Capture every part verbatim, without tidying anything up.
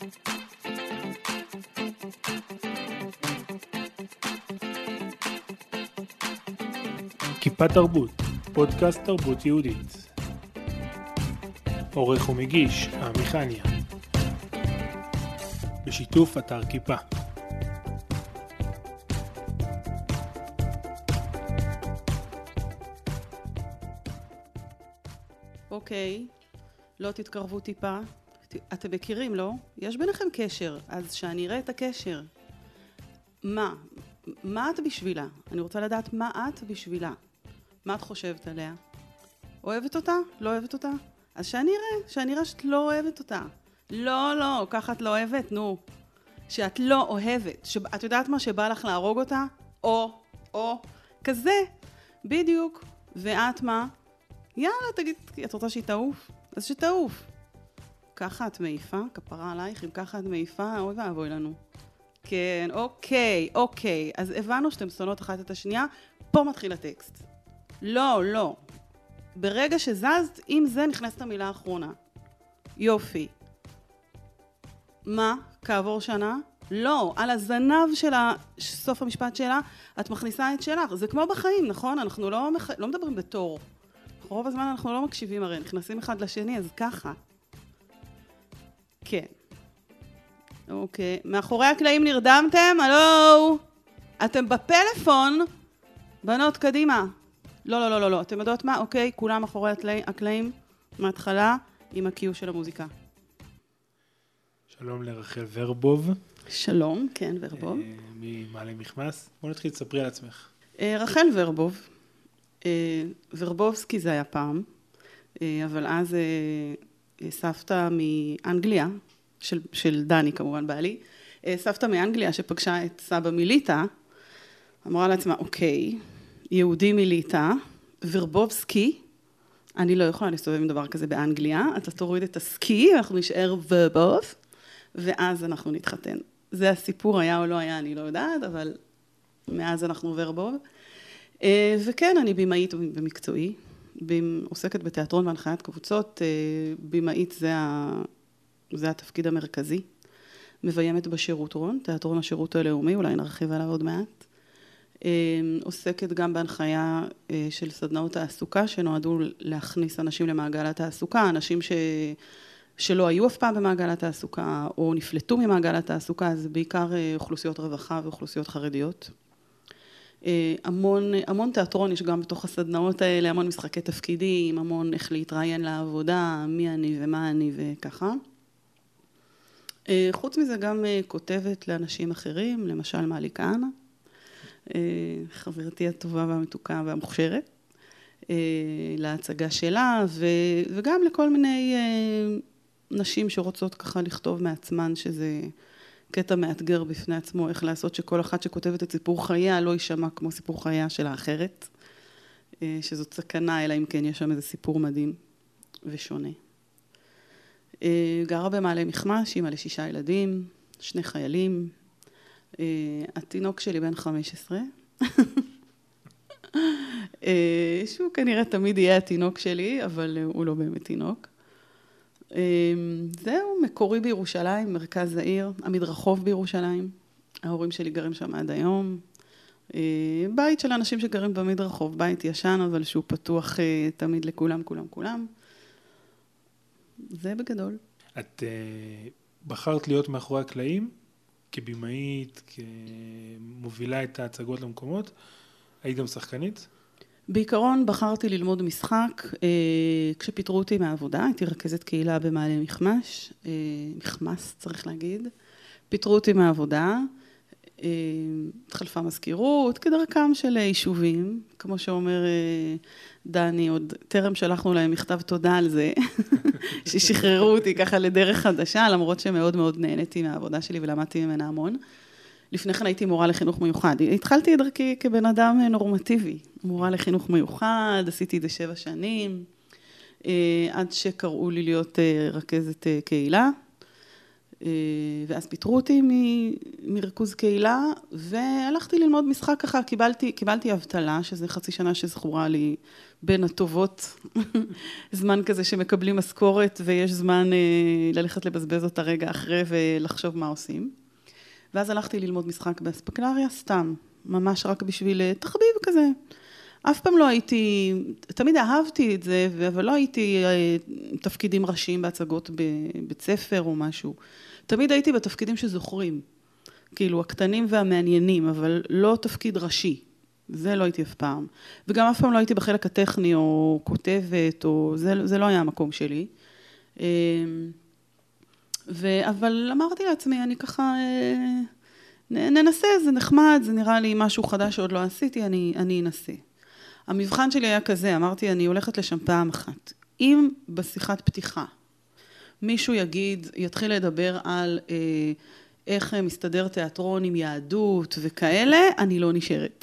כיפה תרבות, פודקאסט תרבות יהודית. עורך ומגיש, עמיחניה. בשיתוף אתר כיפה. אוקיי, לא תתקרבו טיפה. אתם מכירים, לא? יש ביניכם קשר, אז שאני אראה את הקשר. מה? מה את בשבילה? אני רוצה לדעת מה את בשבילה. מה את חושבת עליה? אוהבת אותה? לא אוהבת אותה? אז שאני אראה, שאני אראה שאת לא אוהבת אותה. לא, לא, ככה את לא אוהבת, נו. שאת לא אוהבת. שאת יודעת מה שבא לך להרוג אותה? או, או, כזה. בדיוק. ואת מה? יאללה, תגיד, את רוצה שהיא תעוף? אז שתעוף. ככה את מעיפה, כפרה עלייך, אם ככה את מעיפה, אוי ואבוי לנו. כן, אוקיי, אוקיי. אז הבנו שאתם שונאות אחת את השנייה, פה מתחיל הטקסט. לא, לא. ברגע שזזת, עם זה נכנסת המילה האחרונה. יופי. מה? כעבור שנה? לא, על הזנב של סוף המשפט שלה, את מכניסה את שלך. זה כמו בחיים, נכון? אנחנו לא, מח... לא מדברים בתור. רוב הזמן אנחנו לא מקשיבים הרי, נכנסים אחד לשני, אז ככה. כן. אוקיי. מאחורי הקלעים נרדמתם? הלו? אתם בפלאפון? בנות, קדימה. לא, לא, לא, לא, לא. אתם יודעות מה? אוקיי, כולם מאחורי הקלעים, מההתחלה, עם הקיו של המוזיקה. שלום לרחל ורבוב. שלום, כן, ורבוב. ממעלה מכמס. בוא נתחיל, תספרי על עצמך. רחל ורבוב. ורבובסקי זה היה פעם, אבל אז סבתא מאנגליה, של, של דני כמובן בעלי, סבתא מאנגליה שפגשה את סבא מליטה, אמרה לעצמה, אוקיי, יהודי מליטה, ורבובסקי, אני לא יכולה להסתובב עם דבר כזה באנגליה, אתה תוריד את הסקי, אנחנו נשאר ורבוב, ואז אנחנו נתחתן. זה הסיפור היה או לא היה, אני לא יודעת, אבל מאז אנחנו ורבוב. וכן, אני בימאית במקצועי, עוסקת בתיאטרון והנחיית קבוצות, בימאית זה, ה... זה התפקיד המרכזי, מביימת בשירות רון, תיאטרון השירות הלאומי, אולי נרחיב עליו עוד מעט, עוסקת גם בהנחיה של סדנאות תעסוקה, שנועדו להכניס אנשים למעגל התעסוקה, אנשים ש... שלא היו אף פעם במעגל התעסוקה, או נפלטו ממעגל התעסוקה, זה בעיקר אוכלוסיות רווחה ואוכלוסיות חרדיות. המון, המון תיאטרון יש גם בתוך הסדנאות האלה, המון משחקי תפקידים, המון איך להתראיין לעבודה, מי אני ומה אני וככה. חוץ מזה גם כותבת לאנשים אחרים, למשל מעלי כהנא, חברתי הטובה והמתוקה והמוכשרת, להצגה שלה, וגם לכל מיני נשים שרוצות ככה לכתוב מעצמן, שזה קטע מאתגר בפני עצמו, איך לעשות שכל אחת שכותבת את סיפור חייה לא יישמע כמו סיפור חייה של האחרת, שזאת סכנה, אלא אם כן יש שם איזה סיפור מדהים ושונה. גרה במעלה מכמש, אימא לשישה ילדים, שני חיילים, התינוק שלי בן חמש עשרה, שהוא כנראה תמיד יהיה התינוק שלי, אבל הוא לא באמת תינוק. זהו, מקורי בירושלים, מרכז העיר, המדרחוב בירושלים. ההורים שלי גרים שם עד היום. בית של אנשים שגרים במדרחוב, בית ישן, אבל שהוא פתוח תמיד לכולם, כולם, כולם. זה בגדול. את בחרת להיות מאחורי הקלעים, כבימאית, כמובילה את ההצגות למקומות. היית גם שחקנית? בעיקרון בחרתי ללמוד משחק, כשפיטרו אותי מהעבודה, הייתי רכזת קהילה במעלה מכמש, מכמס צריך להגיד, פיטרו אותי מהעבודה, התחלפה מזכירות, כדרכם של יישובים, כמו שאומר דני, עוד טרם שלחנו להם מכתב תודה על זה, ששחררו אותי ככה לדרך חדשה, למרות שמאוד מאוד נהניתי מהעבודה שלי ולמדתי ממנה המון. לפני כן הייתי מורה לחינוך מיוחד. התחלתי את דרכי כבן אדם נורמטיבי. מורה לחינוך מיוחד, עשיתי את זה שבע שנים, עד שקראו לי להיות רכזת קהילה. ואז פיטרו אותי מריכוז קהילה, והלכתי ללמוד משחק ככה, קיבלתי, קיבלתי אבטלה, שזה חצי שנה שזכורה לי בין הטובות, זמן כזה שמקבלים משכורת, ויש זמן ללכת לבזבז אותה רגע אחרי ולחשוב מה עושים. ואז הלכתי ללמוד משחק באספקלריה, סתם, ממש רק בשביל תחביב כזה. אף פעם לא הייתי, תמיד אהבתי את זה, אבל לא הייתי תפקידים ראשיים בהצגות בבית ספר או משהו. תמיד הייתי בתפקידים שזוכרים, כאילו הקטנים והמעניינים, אבל לא תפקיד ראשי. זה לא הייתי אף פעם. וגם אף פעם לא הייתי בחלק הטכני או כותבת, או זה, זה לא היה המקום שלי. ו, אבל אמרתי לעצמי, אני ככה, ננסה, זה נחמד, זה נראה לי משהו חדש שעוד לא עשיתי, אני, אני אנסה. המבחן שלי היה כזה, אמרתי, אני הולכת לשם פעם אחת. אם בשיחת פתיחה מישהו יגיד, יתחיל לדבר על אה, איך מסתדר תיאטרון עם יהדות וכאלה, אני לא נשארת.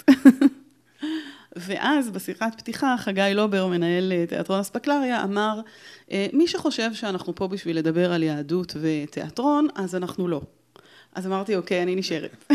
ואז בשיחת פתיחה, חגי לובר, מנהל תיאטרון אספקלריה, אמר, אה, מי שחושב שאנחנו פה בשביל לדבר על יהדות ותיאטרון, אז אנחנו לא. אז אמרתי, אוקיי, אני נשארת.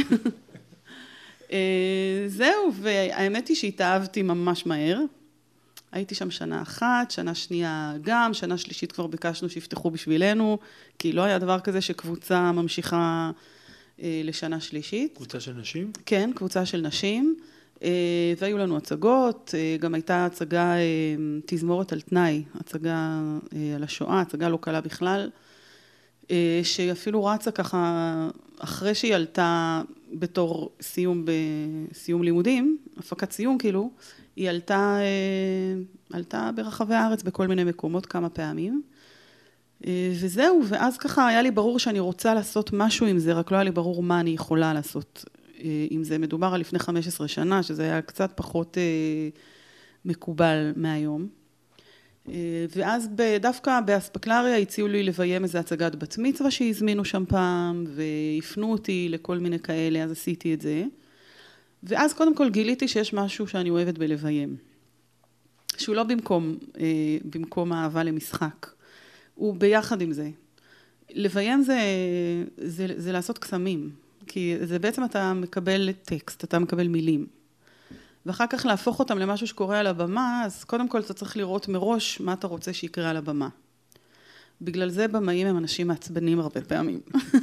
זהו, והאמת היא שהתאהבתי ממש מהר. הייתי שם שנה אחת, שנה שנייה גם, שנה שלישית כבר ביקשנו שיפתחו בשבילנו, כי לא היה דבר כזה שקבוצה ממשיכה לשנה שלישית. קבוצה של נשים? כן, קבוצה של נשים, והיו לנו הצגות, גם הייתה הצגה תזמורת על תנאי, הצגה על השואה, הצגה לא קלה בכלל, שאפילו רצה ככה, אחרי שהיא עלתה בתור סיום, בסיום לימודים, הפקת סיום כאילו, היא עלתה, עלתה ברחבי הארץ בכל מיני מקומות כמה פעמים. וזהו, ואז ככה היה לי ברור שאני רוצה לעשות משהו עם זה, רק לא היה לי ברור מה אני יכולה לעשות עם זה. מדובר על לפני חמש עשרה שנה, שזה היה קצת פחות מקובל מהיום. ואז דווקא באספקלריה הציעו לי לביים איזו הצגת בת מצווה שהזמינו שם פעם, והפנו אותי לכל מיני כאלה, אז עשיתי את זה. ואז קודם כל גיליתי שיש משהו שאני אוהבת בלביים. שהוא לא במקום, במקום האהבה למשחק. הוא ביחד עם זה. לביים זה, זה, זה לעשות קסמים. כי זה בעצם אתה מקבל טקסט, אתה מקבל מילים. ואחר כך להפוך אותם למשהו שקורה על הבמה, אז קודם כל אתה צריך לראות מראש מה אתה רוצה שיקרה על הבמה. בגלל זה במאים הם אנשים מעצבנים הרבה פעמים.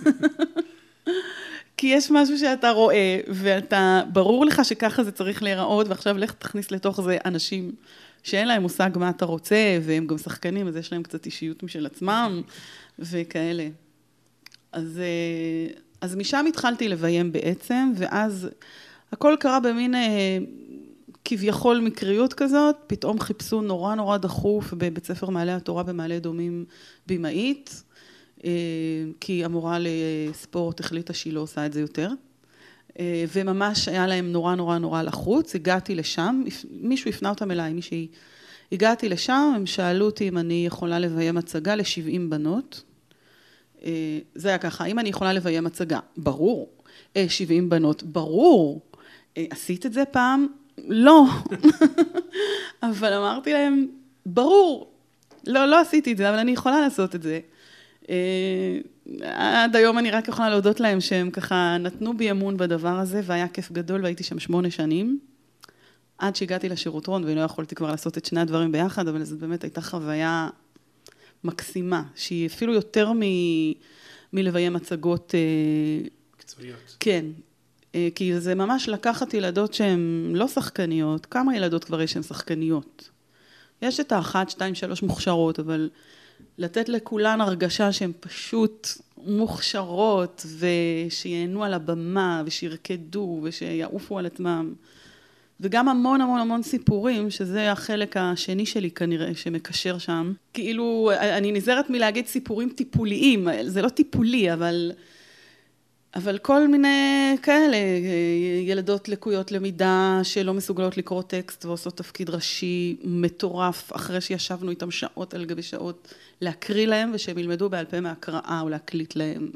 כי יש משהו שאתה רואה, ואתה, ברור לך שככה זה צריך להיראות, ועכשיו לך תכניס לתוך זה אנשים שאין להם מושג מה אתה רוצה, והם גם שחקנים, אז יש להם קצת אישיות משל עצמם, וכאלה. אז, אז משם התחלתי לביים בעצם, ואז הכל קרה במין כביכול מקריות כזאת, פתאום חיפשו נורא נורא דחוף בבית ספר מעלה התורה במעלה אדומים במאית, כי המורה לספורט החליטה שהיא לא עושה את זה יותר, וממש היה להם נורא נורא נורא לחוץ, הגעתי לשם, מישהו הפנה אותם אליי, מישהי, הגעתי לשם, הם שאלו אותי אם אני יכולה לביים הצגה ל-שבעים בנות, זה היה ככה, אם אני יכולה לביים הצגה, ברור, שבעים בנות, ברור, עשית את זה פעם? לא, אבל אמרתי להם, ברור, לא, לא עשיתי את זה, אבל אני יכולה לעשות את זה. עד היום אני רק יכולה להודות להם שהם ככה נתנו בי אמון בדבר הזה, והיה כיף גדול, והייתי שם שמונה שנים, עד שהגעתי לשירוטרון, ולא יכולתי כבר לעשות את שני הדברים ביחד, אבל זאת באמת הייתה חוויה מקסימה, שהיא אפילו יותר מ... מלביים הצגות... מקצועיות. כן, כי זה ממש לקחת ילדות שהן לא שחקניות, כמה ילדות כבר יש שהן שחקניות? יש את האחת, שתיים, שלוש מוכשרות, אבל לתת לכולן הרגשה שהן פשוט מוכשרות, ושיענו על הבמה, ושירקדו, ושיעופו על עצמם. וגם המון המון המון סיפורים, שזה החלק השני שלי כנראה, שמקשר שם. כאילו, אני נזהרת מלהגיד סיפורים טיפוליים, זה לא טיפולי, אבל... אבל כל מיני כאלה, ילדות לקויות למידה שלא מסוגלות לקרוא טקסט ועושות תפקיד ראשי מטורף, אחרי שישבנו איתם שעות על גבי שעות, להקריא להם ושהם ילמדו בעל פה מהקראה או להקליט להם.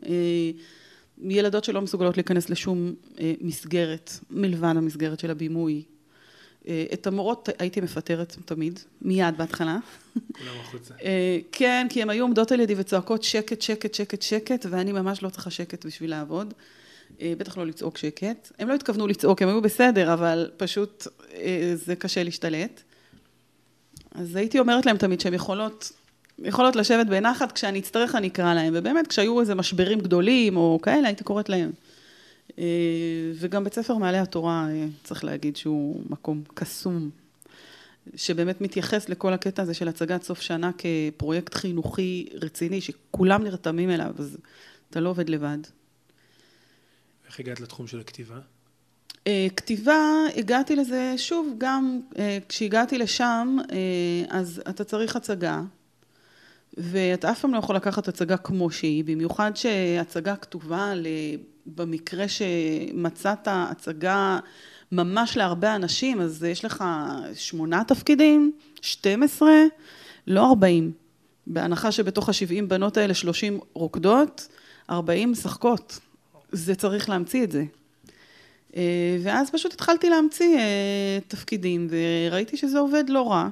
ילדות שלא מסוגלות להיכנס לשום מסגרת, מלבד המסגרת של הבימוי. את המורות הייתי מפטרת תמיד, מיד בהתחלה. כולם החוצה. כן, כי הן היו עומדות על ידי וצועקות שקט, שקט, שקט, שקט, ואני ממש לא צריכה שקט בשביל לעבוד. בטח לא לצעוק שקט. הם לא התכוונו לצעוק, הם היו בסדר, אבל פשוט זה קשה להשתלט. אז הייתי אומרת להם תמיד שהן יכולות, יכולות לשבת בנחת, כשאני אצטרך אני אקרא להם, ובאמת כשהיו איזה משברים גדולים או כאלה, הייתי קוראת להם. וגם בית ספר מעלה התורה, צריך להגיד שהוא מקום קסום, שבאמת מתייחס לכל הקטע הזה של הצגת סוף שנה כפרויקט חינוכי רציני, שכולם נרתמים אליו, אז אתה לא עובד לבד. איך הגעת לתחום של הכתיבה? כתיבה, הגעתי לזה, שוב, גם כשהגעתי לשם, אז אתה צריך הצגה, ואתה אף פעם לא יכול לקחת הצגה כמו שהיא, במיוחד שהצגה כתובה, במקרה שמצאת הצגה ממש להרבה אנשים, אז יש לך שמונה תפקידים, שתים עשרה, לא ארבעים. בהנחה שבתוך ה-שבעים בנות האלה שלושים רוקדות, ארבעים משחקות. זה צריך להמציא את זה. ואז פשוט התחלתי להמציא תפקידים, וראיתי שזה עובד לא רע.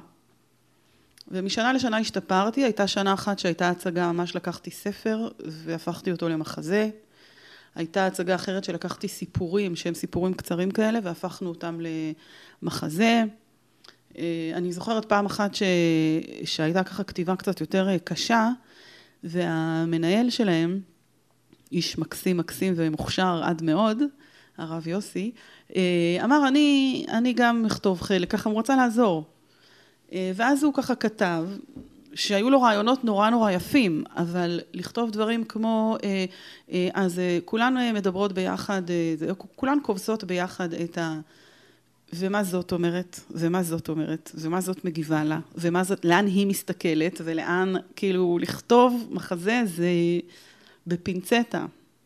ומשנה לשנה השתפרתי, הייתה שנה אחת שהייתה הצגה, ממש לקחתי ספר והפכתי אותו למחזה. הייתה הצגה אחרת שלקחתי סיפורים, שהם סיפורים קצרים כאלה, והפכנו אותם למחזה. אני זוכרת פעם אחת ש... שהייתה ככה כתיבה קצת יותר קשה, והמנהל שלהם, איש מקסים מקסים ומוכשר עד מאוד, הרב יוסי, אמר, אני, אני גם אכתוב חלק, ככה הוא רוצה לעזור. ואז הוא ככה כתב, שהיו לו רעיונות נורא נורא יפים, אבל לכתוב דברים כמו, אז כולן מדברות ביחד, כולן כובסות ביחד את ה... ומה זאת אומרת, ומה זאת אומרת, ומה זאת מגיבה לה, ומה זאת, לאן היא מסתכלת, ולאן, כאילו, לכתוב מחזה זה בפינצטה.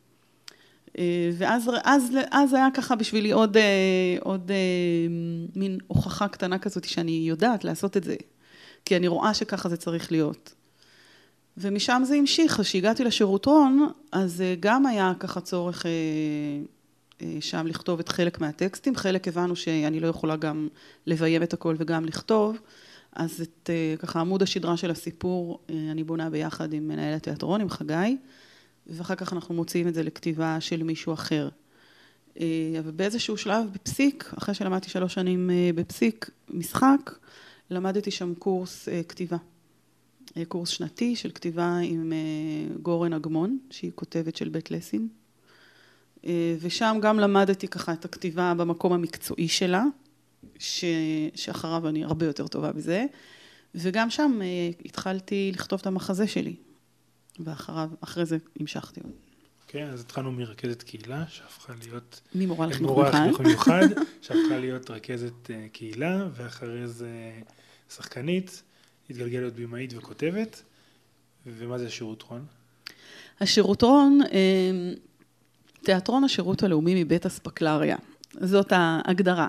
ואז אז, אז היה ככה בשבילי עוד, עוד מין הוכחה קטנה כזאת שאני יודעת לעשות את זה. כי אני רואה שככה זה צריך להיות. ומשם זה המשיך, כשהגעתי לשירוטרון, אז גם היה ככה צורך שם לכתוב את חלק מהטקסטים, חלק הבנו שאני לא יכולה גם לביים את הכל וגם לכתוב, אז את ככה עמוד השדרה של הסיפור, אני בונה ביחד עם מנהל התיאטרון, עם חגי, ואחר כך אנחנו מוציאים את זה לכתיבה של מישהו אחר. אבל באיזשהו שלב בפסיק, אחרי שלמדתי שלוש שנים בפסיק משחק, למדתי שם קורס כתיבה. קורס שנתי של כתיבה עם גורן אגמון, שהיא כותבת של בית לסין. ושם גם למדתי ככה את הכתיבה במקום המקצועי שלה, ש... שאחריו אני הרבה יותר טובה בזה. וגם שם התחלתי לכתוב את המחזה שלי. ואחריו, אחרי זה המשכתי. אוקיי, אז התחלנו מרכזת קהילה, שהפכה להיות... ממורה לחינוך מיוחד. מורה לחינוך מיוחד, שהפכה להיות רכזת קהילה, ואחרי זה שחקנית, התגלגלה להיות בימאית וכותבת. ומה זה השירוטרון? השירוטרון, תיאטרון השירות הלאומי מבית אספקלריה. זאת ההגדרה.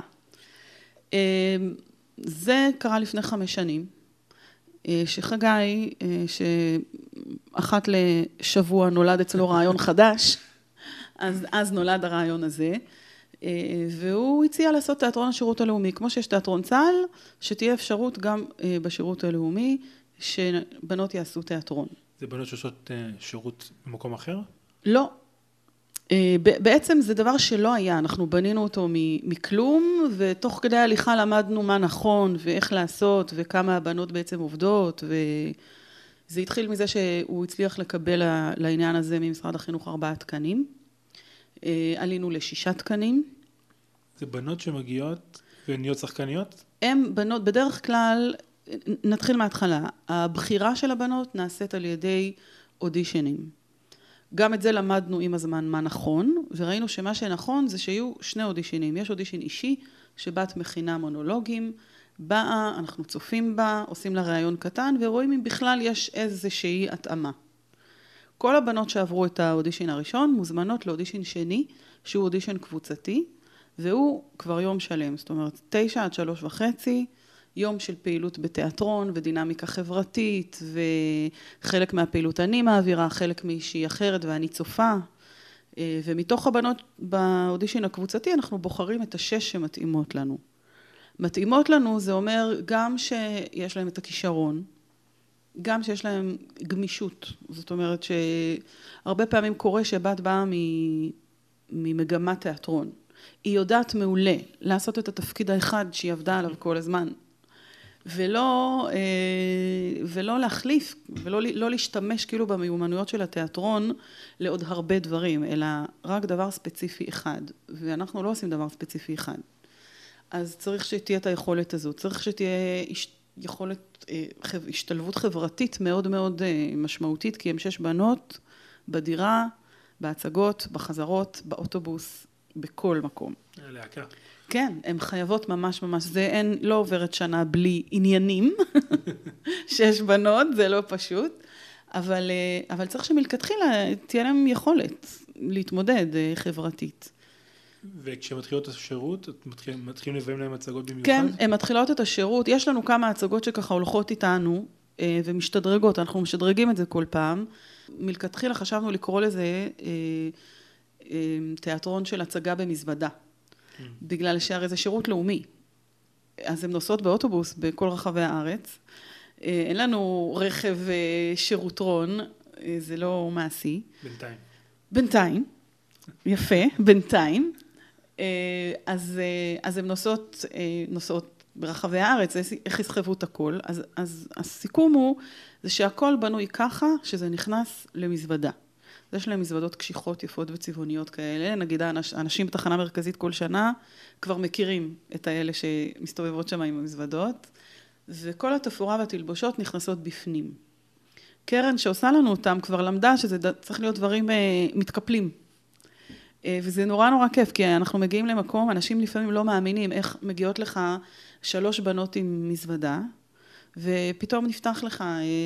זה קרה לפני חמש שנים. שחגי, שאחת לשבוע נולד אצלו רעיון חדש, אז, אז נולד הרעיון הזה, והוא הציע לעשות תיאטרון השירות הלאומי, כמו שיש תיאטרון צה"ל, שתהיה אפשרות גם בשירות הלאומי, שבנות יעשו תיאטרון. זה בנות שעושות שירות במקום אחר? לא. בעצם זה דבר שלא היה, אנחנו בנינו אותו מכלום, ותוך כדי ההליכה למדנו מה נכון, ואיך לעשות, וכמה הבנות בעצם עובדות, וזה התחיל מזה שהוא הצליח לקבל לעניין הזה ממשרד החינוך ארבעה תקנים. עלינו לשישה תקנים. זה בנות שמגיעות ונהיות שחקניות? הם בנות, בדרך כלל, נתחיל מההתחלה, הבחירה של הבנות נעשית על ידי אודישנים. גם את זה למדנו עם הזמן מה נכון, וראינו שמה שנכון זה שיהיו שני אודישנים. יש אודישן אישי, שבת מכינה מונולוגים, באה, אנחנו צופים בה, עושים לה ראיון קטן, ורואים אם בכלל יש איזושהי התאמה. כל הבנות שעברו את האודישן הראשון, מוזמנות לאודישן שני, שהוא אודישן קבוצתי, והוא כבר יום שלם, זאת אומרת, תשע עד שלוש וחצי, יום של פעילות בתיאטרון ודינמיקה חברתית, וחלק מהפעילות אני מעבירה, חלק מישהי אחרת ואני צופה. ומתוך הבנות באודישן הקבוצתי אנחנו בוחרים את השש שמתאימות לנו. מתאימות לנו זה אומר גם שיש להם את הכישרון, גם שיש להם גמישות. זאת אומרת שהרבה פעמים קורה שבת באה ממגמת תיאטרון. היא יודעת מעולה לעשות את התפקיד האחד שהיא עבדה עליו כל הזמן, ולא, ולא להחליף, ולא לא להשתמש כאילו במיומנויות של התיאטרון לעוד הרבה דברים, אלא רק דבר ספציפי אחד, ואנחנו לא עושים דבר ספציפי אחד. אז צריך שתהיה את היכולת הזו, צריך שתהיה יכולת, השתלבות חברתית מאוד מאוד משמעותית, כי הם שש בנות בדירה, בהצגות, בחזרות, באוטובוס, בכל מקום. להקה. כן, הן חייבות ממש ממש, זה אין, לא עוברת שנה בלי עניינים, שש בנות, זה לא פשוט, אבל, אבל צריך שמלכתחילה תהיה להם יכולת להתמודד חברתית. וכשמתחילות את השירות, מתחילים, מתחילים לביים להם הצגות במיוחד? כן, הן מתחילות את השירות, יש לנו כמה הצגות שככה הולכות איתנו, ומשתדרגות, אנחנו משדרגים את זה כל פעם. מלכתחילה חשבנו לקרוא לזה תיאטרון של הצגה במזוודה, בגלל שהרי זה שירות לאומי. אז הן נוסעות באוטובוס בכל רחבי הארץ. אין לנו רכב שירוטרון, זה לא מעשי. בינתיים. בינתיים, יפה, בינתיים. אז, אז הן נוסעות, נוסעות ברחבי הארץ, איך יסחבו את הכל. אז, אז הסיכום הוא, זה שהכל בנוי ככה, שזה נכנס למזוודה. יש להם מזוודות קשיחות, יפות וצבעוניות כאלה. נגיד, האנשים בתחנה מרכזית כל שנה כבר מכירים את האלה שמסתובבות שם עם המזוודות, וכל התפאורה והתלבושות נכנסות בפנים. קרן שעושה לנו אותם כבר למדה שזה צריך להיות דברים מתקפלים. וזה נורא נורא כיף, כי אנחנו מגיעים למקום, אנשים לפעמים לא מאמינים איך מגיעות לך שלוש בנות עם מזוודה, ופתאום נפתח לך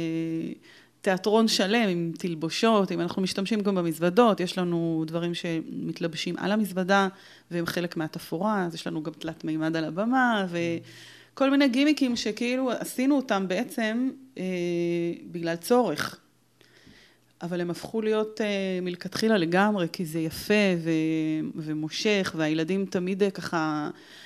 תיאטרון שלם עם תלבושות, אם אנחנו משתמשים גם במזוודות, יש לנו דברים שמתלבשים על המזוודה, והם חלק מהתפאורה, אז יש לנו גם תלת מימד על הבמה, וכל מיני גימיקים שכאילו עשינו אותם בעצם אה, בגלל צורך. אבל הם הפכו להיות אה, מלכתחילה לגמרי, כי זה יפה ו- ומושך, והילדים תמיד ככה,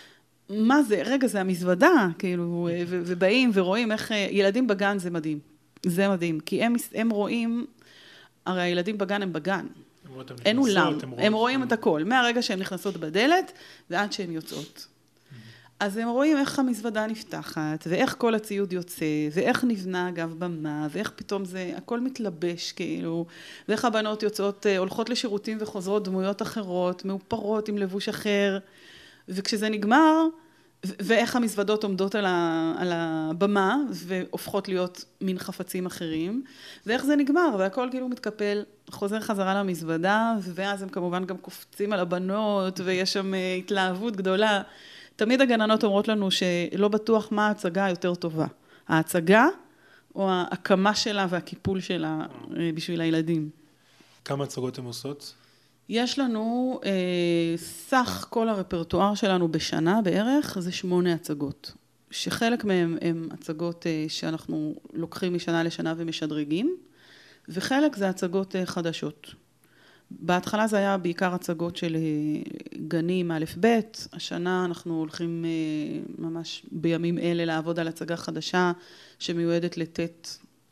מה זה? רגע, זה המזוודה, כאילו, ו- ובאים ורואים איך, ילדים בגן זה מדהים. זה מדהים, כי הם, הם רואים, הרי הילדים בגן הם בגן, אין אולם, הם, הם רואים את הכל, מהרגע שהן נכנסות בדלת ועד שהן יוצאות. אז הם רואים איך המזוודה נפתחת, ואיך כל הציוד יוצא, ואיך נבנה אגב במה, ואיך פתאום זה, הכל מתלבש כאילו, ואיך הבנות יוצאות, הולכות לשירותים וחוזרות דמויות אחרות, מאופרות עם לבוש אחר, וכשזה נגמר, ואיך המזוודות עומדות על, ה, על הבמה והופכות להיות מין חפצים אחרים, ואיך זה נגמר, והכל כאילו מתקפל, חוזר חזרה למזוודה, ואז הם כמובן גם קופצים על הבנות, ויש שם התלהבות גדולה. תמיד הגננות אומרות לנו שלא בטוח מה ההצגה היותר טובה, ההצגה או ההקמה שלה והקיפול שלה בשביל הילדים. כמה הצגות הן עושות? יש לנו, אה, סך כל הרפרטואר שלנו בשנה בערך, זה שמונה הצגות. שחלק מהם הם הצגות אה, שאנחנו לוקחים משנה לשנה ומשדרגים, וחלק זה הצגות אה, חדשות. בהתחלה זה היה בעיקר הצגות של אה, גנים א' ב', השנה אנחנו הולכים אה, ממש בימים אלה לעבוד על הצגה חדשה שמיועדת לתת,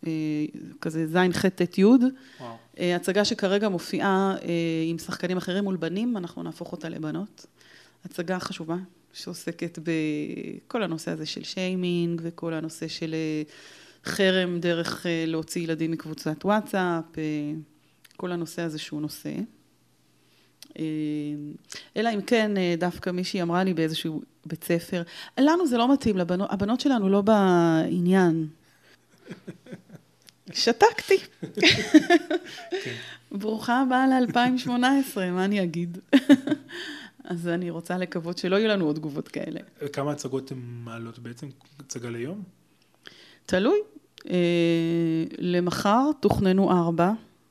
כזה זין ח' ט' י', הצגה שכרגע מופיעה עם שחקנים אחרים מול בנים, אנחנו נהפוך אותה לבנות. הצגה חשובה שעוסקת בכל הנושא הזה של שיימינג וכל הנושא של חרם דרך להוציא ילדים מקבוצת וואטסאפ, כל הנושא הזה שהוא נושא. אלא אם כן דווקא מישהי אמרה לי באיזשהו בית ספר, לנו זה לא מתאים, לבנות, הבנות שלנו לא בעניין. שתקתי. ברוכה הבאה ל-אלפיים שמונה עשרה, מה אני אגיד? אז אני רוצה לקוות שלא יהיו לנו עוד תגובות כאלה. כמה הצגות הן מעלות בעצם? הצגה ליום? תלוי. למחר תוכננו ארבע.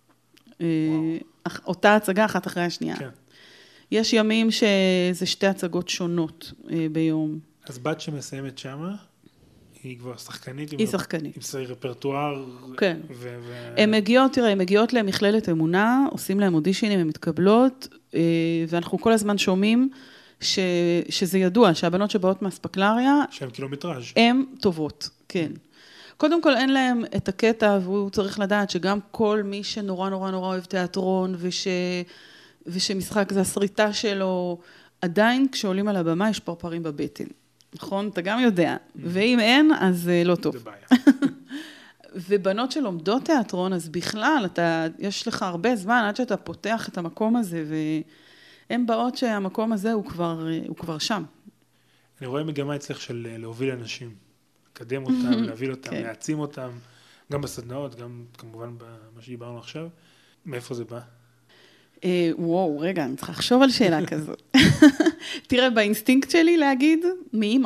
אותה הצגה אחת אחרי השנייה. יש ימים שזה שתי הצגות שונות ביום. אז בת שמסיימת שמה? היא כבר שחקנית? היא שחקנית. עם סרי רפרטואר? כן. הן מגיעות, תראה, הן מגיעות למכללת אמונה, עושים להם אודישנים, הן מתקבלות, ואנחנו כל הזמן שומעים ש, שזה ידוע, שהבנות שבאות מהספקלריה, שהם קילומטראז'. הן טובות, כן. קודם כל אין להם את הקטע, והוא צריך לדעת שגם כל מי שנורא נורא נורא אוהב תיאטרון, וש, ושמשחק זה הסריטה שלו, עדיין כשעולים על הבמה יש פרפרים בבטן. נכון? אתה גם יודע. ואם אין, אז לא טוב. זה בעיה. ובנות שלומדות תיאטרון, אז בכלל, אתה, יש לך הרבה זמן עד שאתה פותח את המקום הזה, והן באות שהמקום הזה הוא כבר, הוא כבר שם. אני רואה מגמה אצלך של להוביל אנשים, לקדם אותם, להביא אותם, כן. להעצים אותם, גם בסדנאות, גם כמובן במה שדיברנו עכשיו. מאיפה זה בא? אה, וואו, רגע, אני צריכה לחשוב על שאלה כזאת. תראה, באינסטינקט שלי להגיד, מאמא.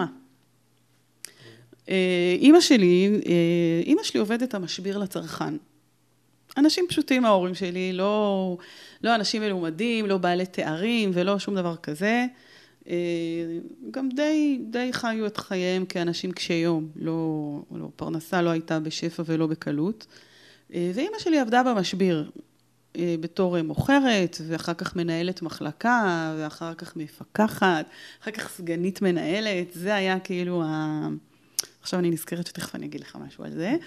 אמא שלי, אמא שלי עובדת המשביר לצרכן. אנשים פשוטים ההורים שלי, לא, לא אנשים מלומדים, לא בעלי תארים ולא שום דבר כזה. גם די, די חיו את חייהם כאנשים קשי יום. לא, לא, פרנסה לא הייתה בשפע ולא בקלות. ואמא שלי עבדה במשביר בתור מוכרת, ואחר כך מנהלת מחלקה, ואחר כך מפקחת, אחר כך סגנית מנהלת. זה היה כאילו ה... עכשיו אני נזכרת שתכף אני אגיד לך משהו על זה.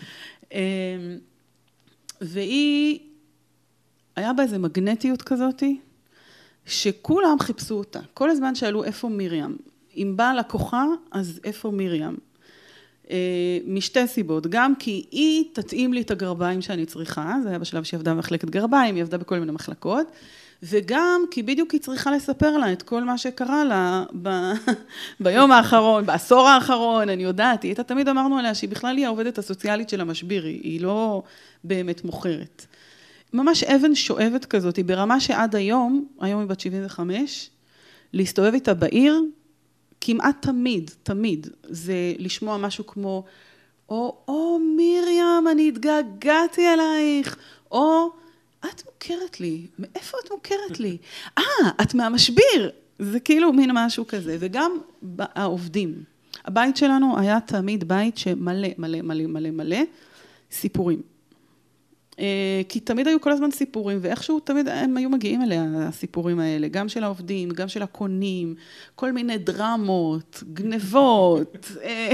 והיא, היה בה איזו מגנטיות כזאת, שכולם חיפשו אותה. כל הזמן שאלו איפה מיריאם. אם באה לקוחה, אז איפה מיריאם? משתי סיבות. גם כי היא תתאים לי את הגרביים שאני צריכה, זה היה בשלב שהיא עבדה במחלקת גרביים, היא עבדה בכל מיני מחלקות, וגם כי בדיוק היא צריכה לספר לה את כל מה שקרה לה ב... ביום האחרון, בעשור האחרון, אני יודעת, היא הייתה תמיד אמרנו עליה שהיא בכלל היא העובדת הסוציאלית של המשביר, היא לא באמת מוכרת. ממש אבן שואבת כזאת, היא ברמה שעד היום, היום היא בת שבעים וחמש, להסתובב איתה בעיר, כמעט תמיד, תמיד, זה לשמוע משהו כמו, או, או מיריאם, אני התגעגעתי עלייך, או, את מוכרת לי, מאיפה את מוכרת לי? אה, את מהמשביר, זה כאילו מין משהו כזה, וגם העובדים. הבית שלנו היה תמיד בית שמלא, מלא, מלא, מלא, מלא, סיפורים. כי תמיד היו כל הזמן סיפורים, ואיכשהו תמיד הם היו מגיעים אליה, הסיפורים האלה, גם של העובדים, גם של הקונים, כל מיני דרמות, גנבות.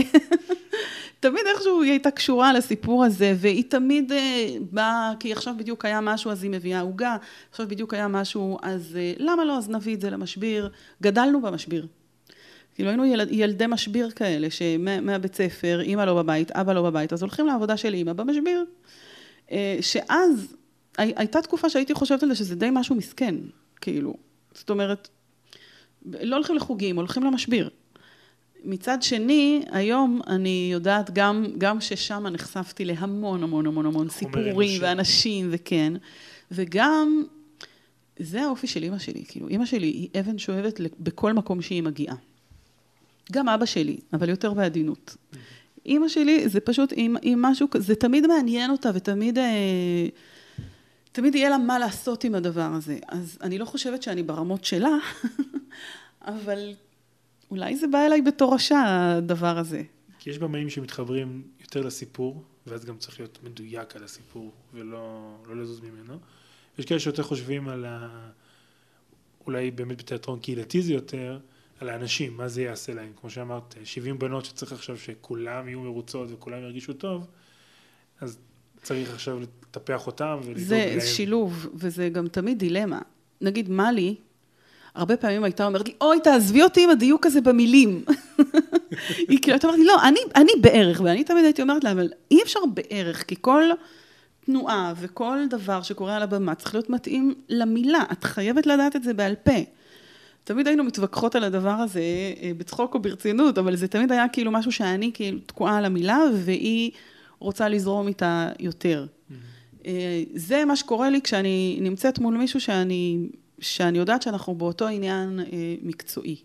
תמיד איכשהו היא הייתה קשורה לסיפור הזה, והיא תמיד באה, כי עכשיו בדיוק היה משהו, אז היא מביאה עוגה, עכשיו בדיוק היה משהו, אז למה לא? אז נביא את זה למשביר. גדלנו במשביר. כאילו היינו ילד, ילדי משביר כאלה, שמהבית ספר, אמא לא בבית, אבא לא בבית, אז הולכים לעבודה של אמא במשביר. שאז הייתה תקופה שהייתי חושבת על זה שזה די משהו מסכן, כאילו. זאת אומרת, לא הולכים לחוגים, הולכים למשביר. מצד שני, היום אני יודעת גם, גם ששם נחשפתי להמון המון המון המון סיפורים ואנשים וכן, וגם זה האופי של אמא שלי, כאילו אמא שלי היא אבן שואבת בכל מקום שהיא מגיעה. גם אבא שלי, אבל יותר בעדינות. אמא שלי זה פשוט עם, עם משהו, זה תמיד מעניין אותה ותמיד תמיד יהיה לה מה לעשות עם הדבר הזה. אז אני לא חושבת שאני ברמות שלה, אבל אולי זה בא אליי בתור השעה, הדבר הזה. כי יש במאים שמתחברים יותר לסיפור, ואז גם צריך להיות מדויק על הסיפור, ולא לא לזוז ממנו. יש כאלה שיותר חושבים על ה... אולי באמת בתיאטרון קהילתי זה יותר, על האנשים, מה זה יעשה להם. כמו שאמרת, שבעים בנות שצריך עכשיו שכולם יהיו מרוצות וכולם ירגישו טוב, אז צריך עכשיו לטפח אותם ולדאוג להם. זה שילוב, וזה גם תמיד דילמה. נגיד, מלי, הרבה פעמים הייתה אומרת לי, אוי, תעזבי אותי עם הדיוק הזה במילים. היא כאילו, אתה אומרת לי, לא, אני, אני בערך, ואני תמיד הייתי אומרת לה, אבל אי אפשר בערך, כי כל תנועה וכל דבר שקורה על הבמה צריך להיות מתאים למילה. את חייבת לדעת את זה בעל פה. תמיד היינו מתווכחות על הדבר הזה בצחוק או ברצינות, אבל זה תמיד היה כאילו משהו שאני כאילו תקועה על המילה, והיא רוצה לזרום איתה יותר. Mm-hmm. זה מה שקורה לי כשאני נמצאת מול מישהו שאני, שאני יודעת שאנחנו באותו עניין מקצועי.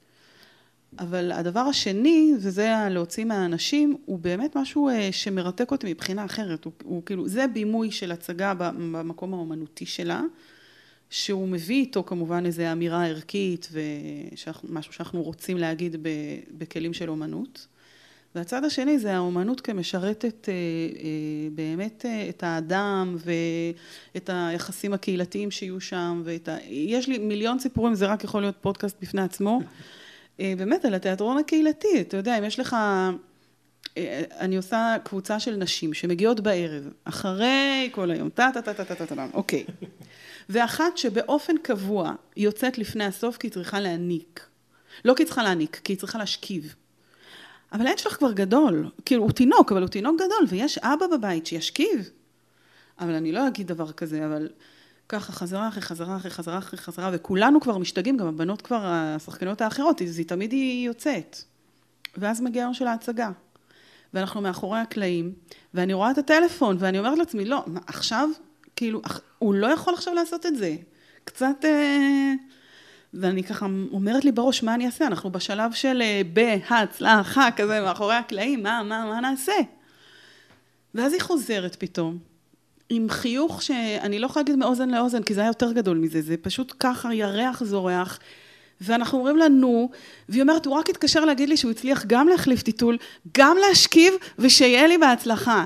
אבל הדבר השני, וזה להוציא מהאנשים, הוא באמת משהו שמרתק אותי מבחינה אחרת. הוא, הוא כאילו, זה בימוי של הצגה במקום האומנותי שלה, שהוא מביא איתו כמובן איזו אמירה ערכית, ומשהו שאנחנו רוצים להגיד בכלים של אומנות. והצד השני זה האומנות כמשרתת אה, אה, באמת אה, את האדם ואת היחסים הקהילתיים שיהיו שם, ואת ה... יש לי מיליון סיפורים, זה רק יכול להיות פודקאסט בפני עצמו, אה, באמת על התיאטרון הקהילתי, אתה יודע, אם יש לך, אה, אני עושה קבוצה של נשים שמגיעות בערב, אחרי כל היום, טה טה טה טה טה טה טה, אוקיי, ואחת שבאופן קבוע יוצאת לפני הסוף כי היא צריכה להעניק, לא כי היא צריכה להעניק, כי היא צריכה להשכיב, אבל הילד שלך כבר גדול, כאילו הוא תינוק, אבל הוא תינוק גדול, ויש אבא בבית שישכיב. אבל אני לא אגיד דבר כזה, אבל ככה חזרה אחרי חזרה אחרי חזרה אחרי חזרה, וכולנו כבר משתגעים, גם הבנות כבר, השחקניות האחרות, אז היא תמיד היא יוצאת. ואז מגיע יום של ההצגה, ואנחנו מאחורי הקלעים, ואני רואה את הטלפון, ואני אומרת לעצמי, לא, מה, עכשיו, כאילו, הוא לא יכול עכשיו לעשות את זה. קצת... אה... ואני ככה אומרת לי בראש, מה אני אעשה? אנחנו בשלב של בהצלחה, כזה מאחורי הקלעים, מה, מה, מה נעשה? ואז היא חוזרת פתאום, עם חיוך שאני לא יכולה להגיד מאוזן לאוזן, כי זה היה יותר גדול מזה, זה פשוט ככה ירח זורח, ואנחנו אומרים לנו, והיא אומרת, הוא רק התקשר להגיד לי שהוא הצליח גם להחליף טיטול, גם להשכיב, ושיהיה לי בהצלחה.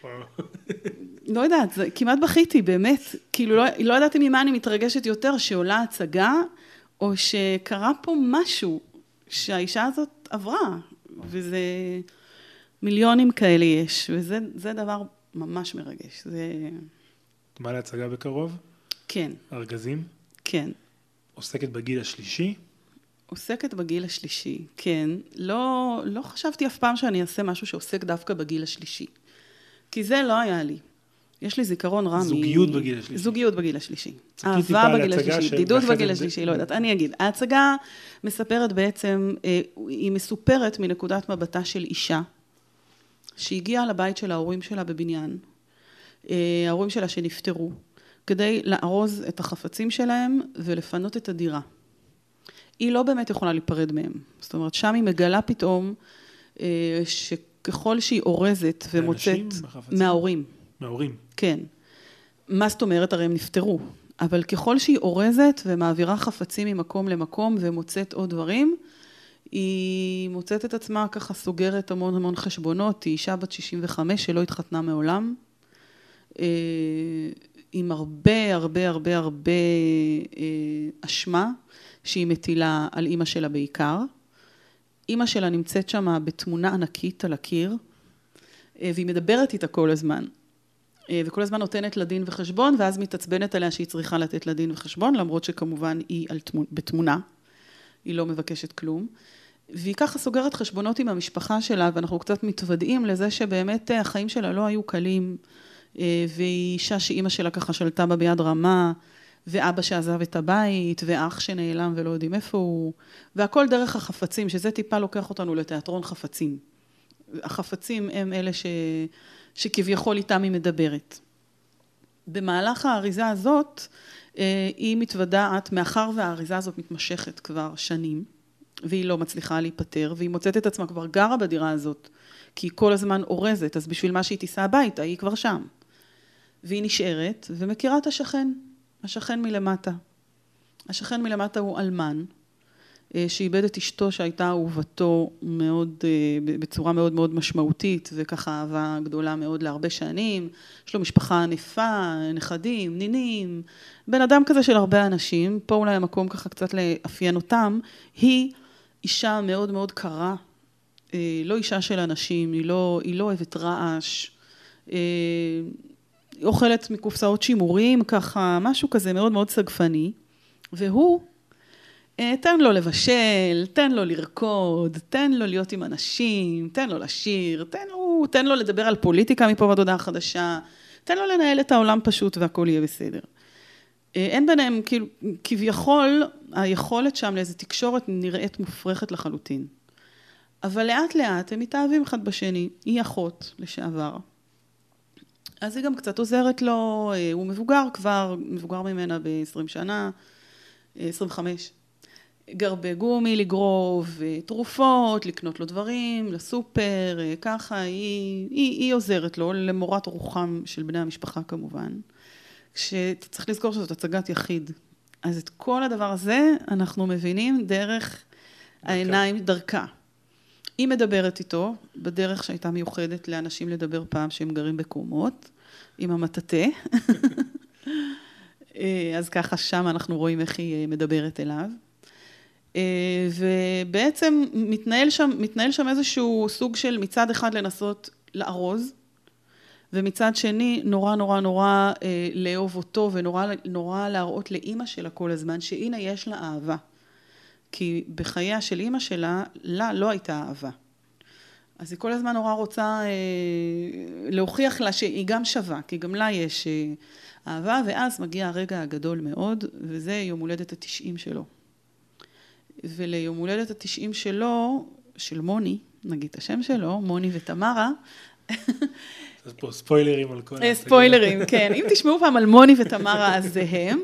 לא יודעת, זה, כמעט בכיתי, באמת, כאילו לא, לא ידעתי ממה אני מתרגשת יותר, שעולה הצגה, או שקרה פה משהו שהאישה הזאת עברה, וזה מיליונים כאלה יש, וזה זה דבר ממש מרגש. זה... מה להצגה בקרוב? כן. ארגזים? כן. עוסקת בגיל השלישי? עוסקת בגיל השלישי, כן. לא, לא חשבתי אף פעם שאני אעשה משהו שעוסק דווקא בגיל השלישי, כי זה לא היה לי. יש לי זיכרון רע. זוגיות בגיל השלישי. זוגיות בגיל השלישי. אהבה בגיל השלישי, בדידות בגיל השלישי, לא יודעת. אני אגיד, ההצגה מספרת בעצם, היא מסופרת מנקודת מבטה של אישה, שהגיעה לבית של ההורים שלה בבניין, ההורים שלה שנפטרו, כדי לארוז את החפצים שלהם ולפנות את הדירה. היא לא באמת יכולה להיפרד מהם. זאת אומרת, שם היא מגלה פתאום, שככל שהיא אורזת ומוצאת מההורים, מההורים. כן. מה זאת אומרת? הרי הם נפטרו. אבל ככל שהיא אורזת ומעבירה חפצים ממקום למקום ומוצאת עוד דברים, היא מוצאת את עצמה ככה סוגרת המון המון חשבונות. היא אישה בת שישים וחמש שלא התחתנה מעולם. עם הרבה הרבה הרבה הרבה אשמה שהיא מטילה על אמא שלה בעיקר. אמא שלה נמצאת שמה בתמונה ענקית על הקיר, והיא מדברת איתה כל הזמן. וכל הזמן נותנת לדין וחשבון, ואז מתעצבנת עליה שהיא צריכה לתת לדין וחשבון, למרות שכמובן היא בתמונה, היא לא מבקשת כלום. והיא ככה סוגרת חשבונות עם המשפחה שלה, ואנחנו קצת מתוודעים לזה שבאמת החיים שלה לא היו קלים, והיא אישה שאימא שלה ככה שלטה בה ביד רמה, ואבא שעזב את הבית, ואח שנעלם ולא יודעים איפה הוא, והכל דרך החפצים, שזה טיפה לוקח אותנו לתיאטרון חפצים. החפצים הם אלה ש... שכביכול איתם היא מדברת. במהלך האריזה הזאת, היא מתוודעת, מאחר והאריזה הזאת מתמשכת כבר שנים, והיא לא מצליחה להיפטר, והיא מוצאת את עצמה כבר גרה בדירה הזאת, כי היא כל הזמן אורזת, אז בשביל מה שהיא תיסע הביתה, היא כבר שם. והיא נשארת, ומכירה את השכן, השכן מלמטה. השכן מלמטה הוא אלמן, שאיבד את אשתו שהייתה אהובתו מאוד, בצורה מאוד מאוד משמעותית, וככה אהבה גדולה מאוד להרבה שנים. יש לו משפחה ענפה, נכדים, נינים, בן אדם כזה של הרבה אנשים, פה אולי המקום ככה קצת לאפיין אותם. היא אישה מאוד מאוד קרה, לא אישה של אנשים, היא לא, היא לא אוהבת רעש, היא אוכלת מקופסאות שימורים, ככה משהו כזה מאוד מאוד סגפני, והוא תן לו לבשל, תן לו לרקוד, תן לו להיות עם אנשים, תן לו לשיר, תן לו, תן לו לדבר על פוליטיקה מפה ועד הודעה חדשה, תן לו לנהל את העולם פשוט והכל יהיה בסדר. אין ביניהם, כאילו, כביכול, היכולת שם לאיזו תקשורת נראית מופרכת לחלוטין. אבל לאט לאט הם מתאהבים אחד בשני, היא אחות לשעבר. אז היא גם קצת עוזרת לו, הוא מבוגר כבר, מבוגר ממנה ב-עשרים שנה, עשרים וחמש. גר בגומי לגרוב, תרופות, לקנות לו דברים, לסופר, ככה, היא, היא, היא עוזרת לו, למורת רוחם של בני המשפחה כמובן. כשצריך לזכור שזאת הצגת יחיד. אז את כל הדבר הזה אנחנו מבינים דרך העיניים דרכה. היא מדברת איתו, בדרך שהייתה מיוחדת לאנשים לדבר פעם שהם גרים בקומות, עם המטאטה. אז ככה שם אנחנו רואים איך היא מדברת אליו. ובעצם מתנהל שם, מתנהל שם איזשהו סוג של מצד אחד לנסות לארוז, ומצד שני נורא נורא נורא לאהוב אותו, ונורא נורא להראות לאמא שלה כל הזמן, שהנה יש לה אהבה. כי בחייה של אמא שלה, לה לא הייתה אהבה. אז היא כל הזמן נורא רוצה אה, להוכיח לה שהיא גם שווה, כי גם לה יש אה, אהבה, ואז מגיע הרגע הגדול מאוד, וזה יום הולדת התשעים שלו. וליום הולדת התשעים שלו, של מוני, נגיד את השם שלו, מוני ותמרה. אז פה ספוילרים על כל... ספוילרים, כן. אם תשמעו פעם על מוני ותמרה, אז זה הם.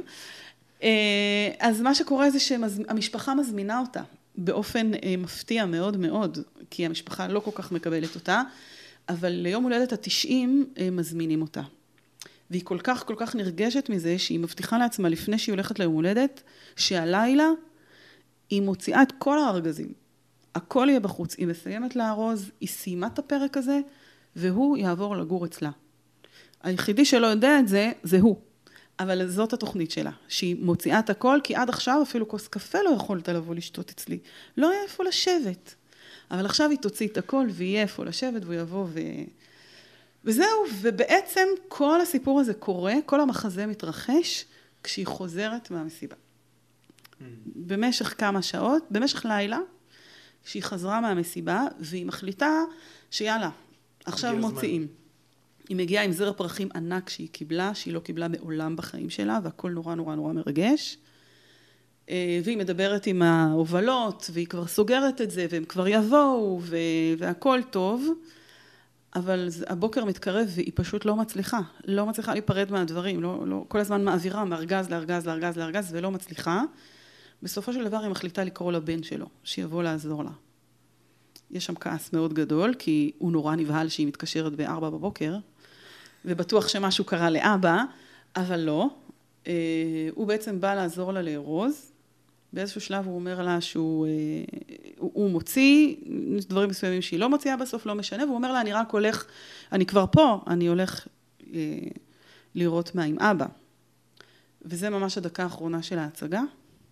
אז מה שקורה זה שהמשפחה מזמינה אותה, באופן מפתיע מאוד מאוד, כי המשפחה לא כל כך מקבלת אותה, אבל ליום הולדת התשעים מזמינים אותה. והיא כל כך כל כך נרגשת מזה, שהיא מבטיחה לעצמה לפני שהיא הולכת ליום הולדת, שהלילה היא מוציאה את כל הארגזים. הכל יהיה בחוץ. היא מסיימת לארוז, היא סיימה את הפרק הזה, והוא יעבור לגור אצלה. היחידי שלא יודע את זה, זה הוא. אבל זאת התוכנית שלה, שהיא מוציאה את הכל, כי עד עכשיו אפילו כוס קפה לא יכולת לבוא לשתות אצלי. לא היה איפה לשבת. אבל עכשיו היא תוציא את הכל, ויהיה איפה לשבת, והוא יבוא ו... וזהו, ובעצם כל הסיפור הזה קורה, כל המחזה מתרחש, כשהיא חוזרת מהמסיבה. Mm. במשך כמה שעות, במשך לילה, שהיא חזרה מהמסיבה, והיא מחליטה שיאללה, עכשיו מוציאים. זמן. היא מגיעה עם זר פרחים ענק שהיא קיבלה, שהיא לא קיבלה מעולם בחיים שלה, והכל נורא נורא נורא מרגש. והיא מדברת עם ההובלות, והיא כבר סוגרת את זה, והם כבר יבואו, והכל טוב. אבל הבוקר מתקרב, והיא פשוט לא מצליחה. לא מצליחה להיפרד מהדברים. לא, לא, כל הזמן מעבירה מארגז לארגז, לארגז, לארגז, ולא מצליחה. בסופו של דבר היא מחליטה לקרוא לבן שלו, שיבוא לעזור לה. יש שם כעס מאוד גדול, כי הוא נורא נבהל שהיא מתקשרת בארבע בבוקר, ובטוח שמשהו קרה לאבא, אבל לא. הוא בעצם בא לעזור לה לארוז. באיזשהו שלב הוא אומר לה שהוא הוא, הוא מוציא דברים מסוימים שהיא לא מוציאה בסוף, לא משנה, והוא אומר לה, אני רק הולך, אני כבר פה, אני הולך אה, לראות מה עם אבא. וזה ממש הדקה האחרונה של ההצגה,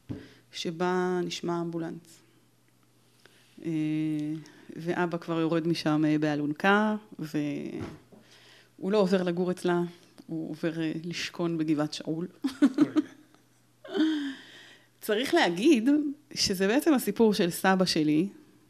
שבה נשמע אמבולנס. אה, ואבא כבר יורד משם באלונקה, והוא לא עובר לגור אצלה, הוא עובר לשכון בגבעת שאול. צריך להגיד שזה בעצם הסיפור של סבא שלי,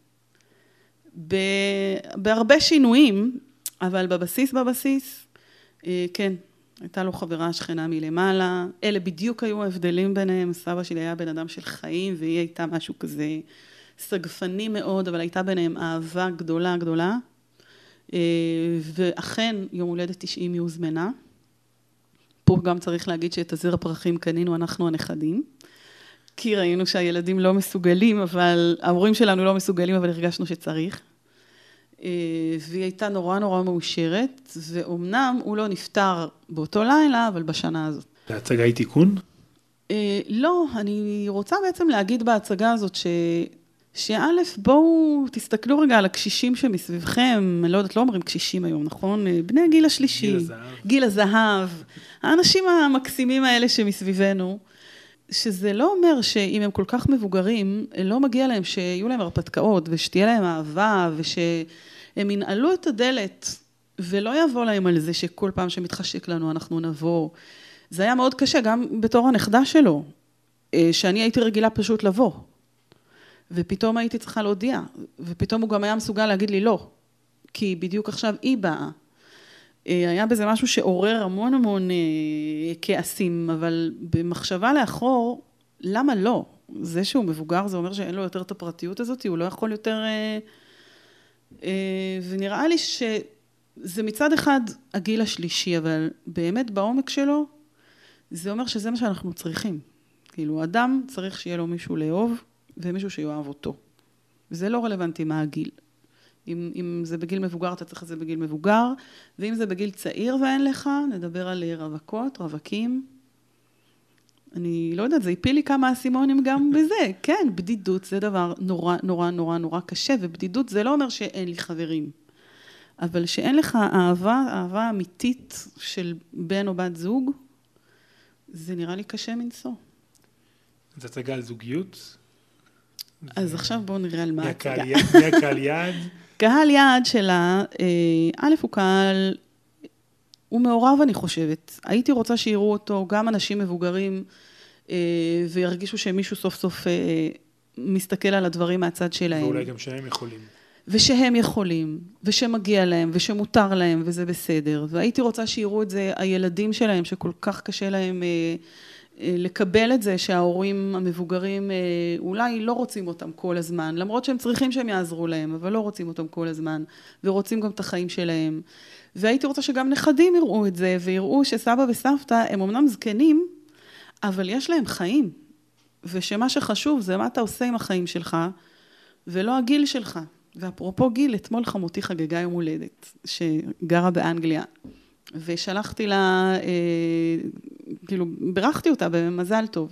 בהרבה שינויים, אבל בבסיס בבסיס, כן, הייתה לו חברה שכנה מלמעלה, אלה בדיוק היו ההבדלים ביניהם, סבא שלי היה בן אדם של חיים, והיא הייתה משהו כזה סגפני מאוד, אבל הייתה ביניהם אהבה גדולה גדולה, ואכן יום הולדת תשעים היא הוזמנה, פה גם צריך להגיד שאת הזר הפרחים קנינו אנחנו הנכדים, כי ראינו שהילדים לא מסוגלים, אבל ההורים שלנו לא מסוגלים, אבל הרגשנו שצריך. והיא הייתה נורא נורא מאושרת, ואומנם הוא לא נפטר באותו לילה, אבל בשנה הזאת. ההצגה היא תיקון? לא, אני רוצה בעצם להגיד בהצגה הזאת, ש... שא', בואו תסתכלו רגע על הקשישים שמסביבכם, אני לא יודעת, לא אומרים קשישים היום, נכון? בני הגיל השלישי. גיל הזהב. גיל הזהב. האנשים המקסימים האלה שמסביבנו, שזה לא אומר שאם הם כל כך מבוגרים, לא מגיע להם שיהיו להם הרפתקאות, ושתהיה להם אהבה, ושהם ינעלו את הדלת, ולא יבוא להם על זה שכל פעם שמתחשק לנו אנחנו נבוא. זה היה מאוד קשה, גם בתור הנכדה שלו, שאני הייתי רגילה פשוט לבוא. ופתאום הייתי צריכה להודיע, ופתאום הוא גם היה מסוגל להגיד לי לא, כי בדיוק עכשיו היא באה. היה בזה משהו שעורר המון המון כעסים, אבל במחשבה לאחור, למה לא? זה שהוא מבוגר, זה אומר שאין לו יותר את הפרטיות הזאת, הוא לא יכול יותר... ונראה לי שזה מצד אחד הגיל השלישי, אבל באמת בעומק שלו, זה אומר שזה מה שאנחנו צריכים. כאילו, אדם צריך שיהיה לו מישהו לאהוב, ומישהו שיואב אותו. וזה לא רלוונטי מה הגיל. אם, אם זה בגיל מבוגר, אתה צריך את זה בגיל מבוגר, ואם זה בגיל צעיר ואין לך, נדבר על רווקות, רווקים. אני לא יודעת, זה הפיל לי כמה אסימונים גם בזה. כן, בדידות זה דבר נורא, נורא, נורא, נורא קשה, ובדידות זה לא אומר שאין לי חברים. אבל שאין לך אהבה, אהבה אמיתית של בן או בת זוג, זה נראה לי קשה מנסוע. זה הצגה על זוגיות? אז עכשיו בואו נראה על מה הצגה. מי הקהל יעד? קהל יעד שלה, א' הוא קהל, הוא מעורב אני חושבת. הייתי רוצה שיראו אותו גם אנשים מבוגרים, וירגישו שמישהו סוף סוף מסתכל על הדברים מהצד שלהם. ואולי גם שהם יכולים. ושהם יכולים, ושמגיע להם, ושמותר להם, וזה בסדר. והייתי רוצה שיראו את זה הילדים שלהם, שכל כך קשה להם לקבל את זה, שההורים המבוגרים אולי לא רוצים אותם כל הזמן, למרות שהם צריכים שהם יעזרו להם, אבל לא רוצים אותם כל הזמן, ורוצים גם את החיים שלהם. והייתי רוצה שגם נכדים יראו את זה, ויראו שסבא וסבתא הם אמנם זקנים, אבל יש להם חיים. ושמה שחשוב זה מה אתה עושה עם החיים שלך, ולא הגיל שלך. ואפרופו גיל, אתמול חמותי חגגה יום הולדת, שגרה באנגליה. ושלחתי לה, אה, כאילו, ברכתי אותה במזל טוב.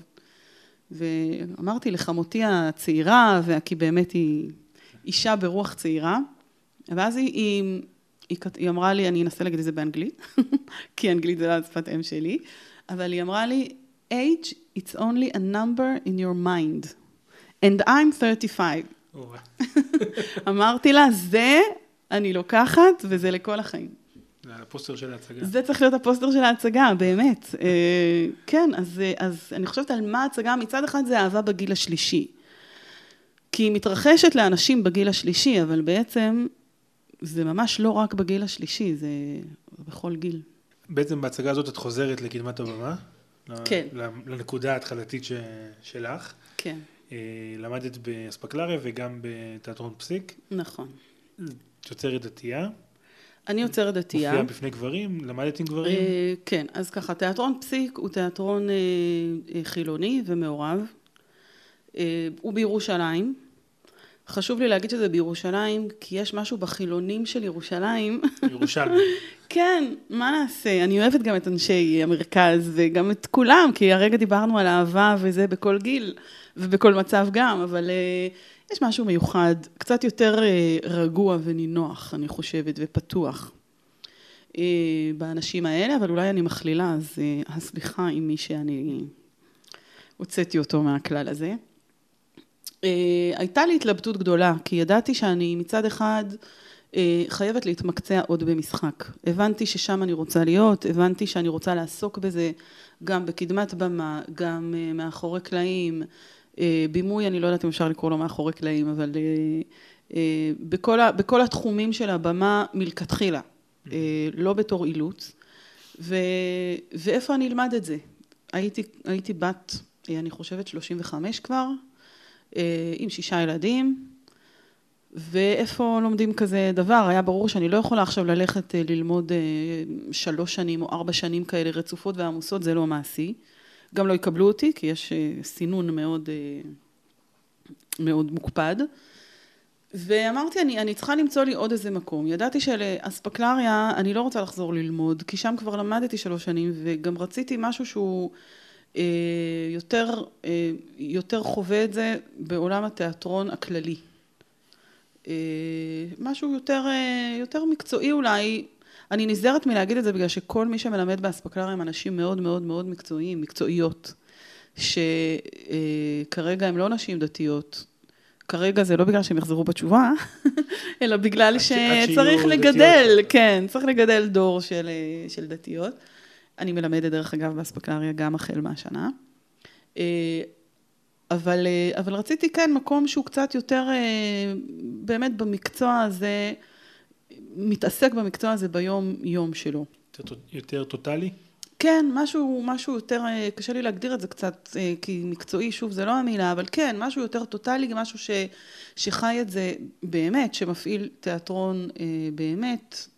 ואמרתי לחמותי הצעירה, כי באמת היא אישה ברוח צעירה, ואז היא, היא, היא, היא אמרה לי, אני אנסה להגיד את זה באנגלית, כי אנגלית זה לא שפת אם שלי, אבל היא אמרה לי, age, it's only a number in your mind. And I'm thirty-five. אמרתי לה, זה אני לוקחת, וזה לכל החיים. זה הפוסטר של ההצגה. זה צריך להיות הפוסטר של ההצגה, באמת. כן, אז, אז אני חושבת על מה ההצגה, מצד אחד זה אהבה בגיל השלישי. כי היא מתרחשת לאנשים בגיל השלישי, אבל בעצם זה ממש לא רק בגיל השלישי, זה בכל גיל. בעצם בהצגה הזאת את חוזרת לקדמת הבמה? כן. לנקודה ההתחלתית שלך. כן. למדת באספקלריה וגם בתיאטרון פסיק. נכון. יוצרת דתייה. אני יוצרת דתייה. מופיעה בפני גברים, למדת עם גברים? כן, אז ככה, תיאטרון פסיק הוא תיאטרון חילוני ומעורב. הוא בירושלים. חשוב לי להגיד שזה בירושלים, כי יש משהו בחילונים של ירושלים. ירושלים. כן, מה נעשה? אני אוהבת גם את אנשי המרכז וגם את כולם, כי הרגע דיברנו על אהבה וזה בכל גיל ובכל מצב גם, אבל uh, יש משהו מיוחד, קצת יותר uh, רגוע ונינוח, אני חושבת, ופתוח uh, באנשים האלה, אבל אולי אני מכלילה, אז uh, הסליחה עם מי שאני הוצאתי אותו מהכלל הזה. Uh, הייתה לי התלבטות גדולה, כי ידעתי שאני מצד אחד uh, חייבת להתמקצע עוד במשחק. הבנתי ששם אני רוצה להיות, הבנתי שאני רוצה לעסוק בזה גם בקדמת במה, גם uh, מאחורי קלעים, uh, בימוי, אני לא יודעת אם אפשר לקרוא לו מאחורי קלעים, אבל uh, uh, בכל, ה, בכל התחומים של הבמה מלכתחילה, uh, לא בתור אילוץ. ו, ואיפה אני אלמד את זה? הייתי, הייתי בת, אני חושבת שלושים וחמש כבר, עם שישה ילדים, ואיפה לומדים כזה דבר? היה ברור שאני לא יכולה עכשיו ללכת ללמוד שלוש שנים או ארבע שנים כאלה רצופות ועמוסות, זה לא מעשי. גם לא יקבלו אותי, כי יש סינון מאוד, מאוד מוקפד. ואמרתי, אני, אני צריכה למצוא לי עוד איזה מקום. ידעתי שלאספקלריה אני לא רוצה לחזור ללמוד, כי שם כבר למדתי שלוש שנים, וגם רציתי משהו שהוא יותר, יותר חווה את זה בעולם התיאטרון הכללי. משהו יותר, יותר מקצועי אולי. אני נזהרת מלהגיד את זה בגלל שכל מי שמלמד באספקלריה הם אנשים מאוד מאוד מאוד מקצועיים, מקצועיות, שכרגע הם לא נשים דתיות. כרגע זה לא בגלל שהם יחזרו בתשובה, אלא בגלל שצריך לגדל, כן, צריך לגדל דור של, של דתיות. אני מלמדת דרך אגב באספקלריה גם החל מהשנה. אבל, אבל רציתי כן מקום שהוא קצת יותר באמת במקצוע הזה, מתעסק במקצוע הזה ביום יום שלו. יותר, יותר טוטלי? כן, משהו, משהו יותר, קשה לי להגדיר את זה קצת, כי מקצועי, שוב, זה לא המילה, אבל כן, משהו יותר טוטלי, משהו ש, שחי את זה באמת, שמפעיל תיאטרון באמת,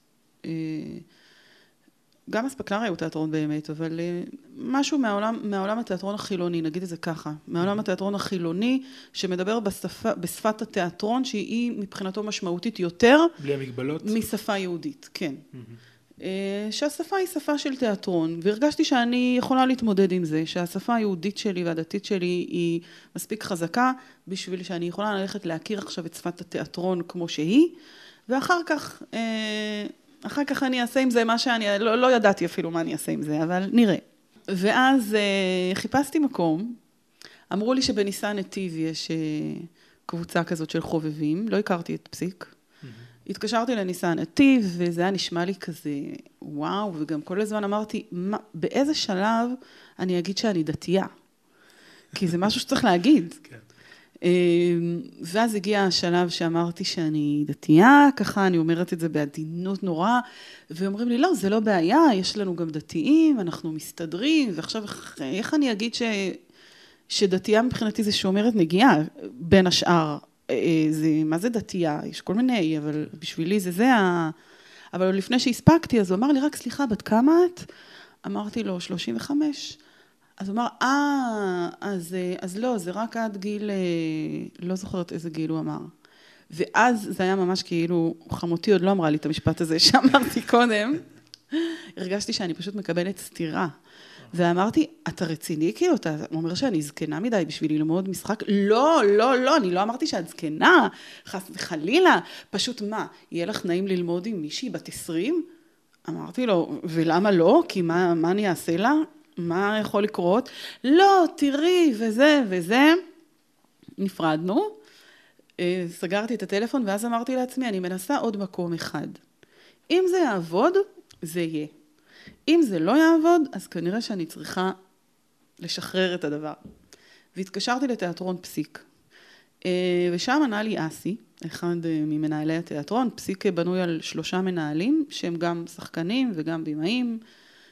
גם אספקלריה הוא תיאטרון באמת, אבל משהו מהעולם, מהעולם התיאטרון החילוני, נגיד את זה ככה, מהעולם התיאטרון החילוני, שמדבר בשפה, בשפת התיאטרון, שהיא מבחינתו משמעותית יותר, בלי המגבלות? משפה יהודית, כן. שהשפה היא שפה של תיאטרון, והרגשתי שאני יכולה להתמודד עם זה, שהשפה היהודית שלי והדתית שלי היא מספיק חזקה, בשביל שאני יכולה ללכת להכיר עכשיו את שפת התיאטרון כמו שהיא, ואחר כך, אחר כך אני אעשה עם זה מה שאני, לא, לא ידעתי אפילו מה אני אעשה עם זה, אבל נראה. ואז חיפשתי מקום, אמרו לי שבניסן נתיב יש קבוצה כזאת של חובבים, לא הכרתי את פסיק, התקשרתי לניסן נתיב, וזה היה נשמע לי כזה, וואו, וגם כל הזמן אמרתי, מה, באיזה שלב אני אגיד שאני דתייה? כי זה משהו שצריך להגיד. כן. ואז הגיע השלב שאמרתי שאני דתייה, ככה אני אומרת את זה בעדינות נורא, ואומרים לי, לא, זה לא בעיה, יש לנו גם דתיים, אנחנו מסתדרים, ועכשיו איך אני אגיד ש... שדתייה מבחינתי זה שומרת נגיעה, בין השאר, זה, מה זה דתייה? יש כל מיני, אבל בשבילי זה זה ה... אבל לפני שהספקתי, אז הוא אמר לי, רק סליחה, בת כמה את? אמרתי לו, שלושים וחמש. אז הוא אמר, אה, אז, אז לא, זה רק עד גיל, לא זוכרת איזה גיל הוא אמר. ואז זה היה ממש כאילו, חמותי עוד לא אמרה לי את המשפט הזה שאמרתי קודם. הרגשתי שאני פשוט מקבלת סתירה. ואמרתי, אתה רציני? כאילו, אתה אומר שאני זקנה מדי בשביל ללמוד משחק? לא, לא, לא, אני לא אמרתי שאת זקנה, חס וחלילה. פשוט מה, יהיה לך נעים ללמוד עם מישהי בת עשרים? אמרתי לו, ולמה לא? כי מה, מה אני אעשה לה? מה יכול לקרות? לא, תראי, וזה, וזה. נפרדנו. סגרתי את הטלפון, ואז אמרתי לעצמי, אני מנסה עוד מקום אחד. אם זה יעבוד, זה יהיה. אם זה לא יעבוד, אז כנראה שאני צריכה לשחרר את הדבר. והתקשרתי לתיאטרון פסיק. ושם ענה לי אסי, אחד ממנהלי התיאטרון. פסיק בנוי על שלושה מנהלים, שהם גם שחקנים וגם בימאים.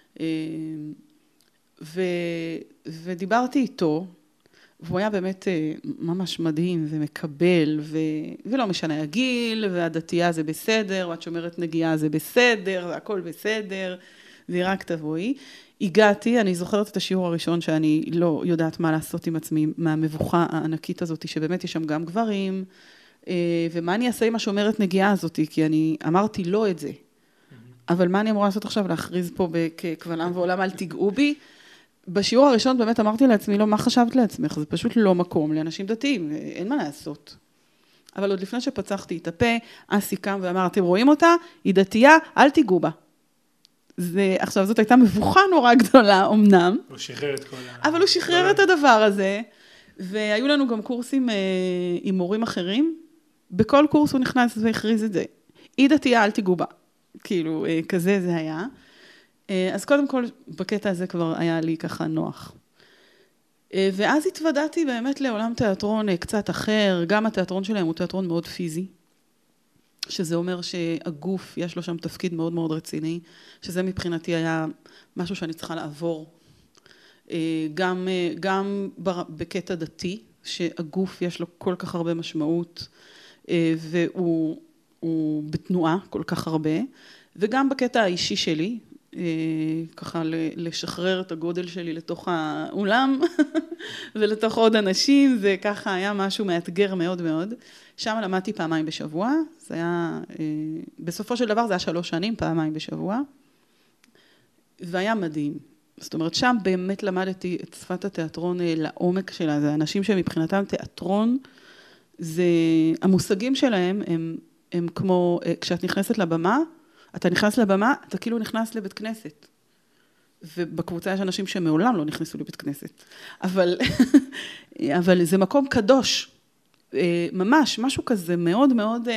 ו... ודיברתי איתו, והוא היה באמת ממש מדהים ומקבל, ו... ולא משנה הגיל, והדתייה זה בסדר, ואת שומרת נגיעה זה בסדר, והכל בסדר. ורק תבואי. הגעתי, אני זוכרת את השיעור הראשון שאני לא יודעת מה לעשות עם עצמי, מהמבוכה הענקית הזאת, שבאמת יש שם גם גברים, ומה אני אעשה עם השומרת נגיעה הזאת, כי אני אמרתי לא את זה. אבל מה אני אמורה לעשות עכשיו? להכריז פה כקבלם ועולם, אל תיגעו בי. בשיעור הראשון באמת אמרתי לעצמי, לא, מה חשבת לעצמך? זה פשוט לא מקום לאנשים דתיים, אין מה לעשות. אבל עוד לפני שפצחתי את הפה, אסי קם ואמר, אתם רואים אותה? היא דתייה, אל תיגעו בה. זה, עכשיו, זאת הייתה מבוכה נורא גדולה, אמנם. הוא שחרר את כל ה... אבל הוא שחרר את הדבר הזה, והיו לנו גם קורסים אה, עם מורים אחרים. בכל קורס הוא נכנס והכריז את זה. היא דתייה, אל תיגעו בה. כאילו, אה, כזה זה היה. אה, אז קודם כל, בקטע הזה כבר היה לי ככה נוח. אה, ואז התוודעתי באמת לעולם תיאטרון אה, קצת אחר. גם התיאטרון שלהם הוא תיאטרון מאוד פיזי. שזה אומר שהגוף, יש לו שם תפקיד מאוד מאוד רציני, שזה מבחינתי היה משהו שאני צריכה לעבור. גם, גם בקטע דתי, שהגוף יש לו כל כך הרבה משמעות, והוא הוא בתנועה כל כך הרבה, וגם בקטע האישי שלי, ככה לשחרר את הגודל שלי לתוך האולם, ולתוך עוד אנשים, זה ככה היה משהו מאתגר מאוד מאוד. שם למדתי פעמיים בשבוע, זה היה, בסופו של דבר זה היה שלוש שנים, פעמיים בשבוע, והיה מדהים. זאת אומרת, שם באמת למדתי את שפת התיאטרון לעומק שלה, זה אנשים שמבחינתם תיאטרון, זה, המושגים שלהם הם, הם כמו, כשאת נכנסת לבמה, אתה נכנס לבמה, אתה כאילו נכנס לבית כנסת. ובקבוצה יש אנשים שמעולם לא נכנסו לבית כנסת. אבל, אבל זה מקום קדוש. ממש, משהו כזה מאוד מאוד,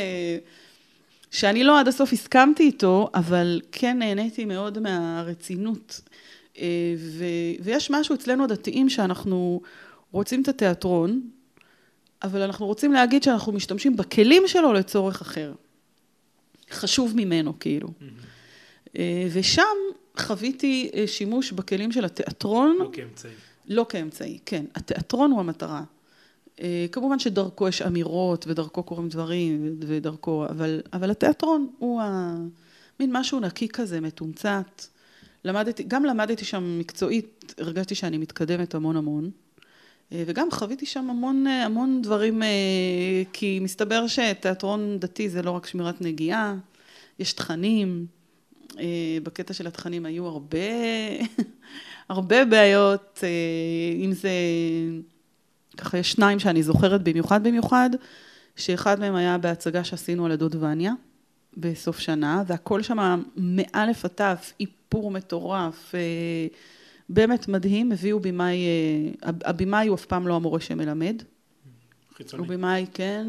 שאני לא עד הסוף הסכמתי איתו, אבל כן נהניתי מאוד מהרצינות. ו, ויש משהו אצלנו הדתיים שאנחנו רוצים את התיאטרון, אבל אנחנו רוצים להגיד שאנחנו משתמשים בכלים שלו לצורך אחר. חשוב ממנו, כאילו. Mm-hmm. ושם חוויתי שימוש בכלים של התיאטרון. לא כאמצעי. לא כאמצעי, כן. התיאטרון הוא המטרה. כמובן שדרכו יש אמירות, ודרכו קוראים דברים, ודרכו, אבל, אבל התיאטרון הוא ה... מין משהו נקי כזה, מתומצת. למדתי, גם למדתי שם מקצועית, הרגשתי שאני מתקדמת המון המון. וגם חוויתי שם המון, המון דברים, כי מסתבר שתיאטרון דתי זה לא רק שמירת נגיעה, יש תכנים, בקטע של התכנים היו הרבה, הרבה בעיות, אם זה, ככה יש שניים שאני זוכרת במיוחד במיוחד, שאחד מהם היה בהצגה שעשינו על הדוד וניה, בסוף שנה, והכל שם מאלף עד תף, איפור מטורף, באמת מדהים, הביאו בימאי, הבימאי הוא אף פעם לא המורה שמלמד. חיצוני. הוא בימאי, כן,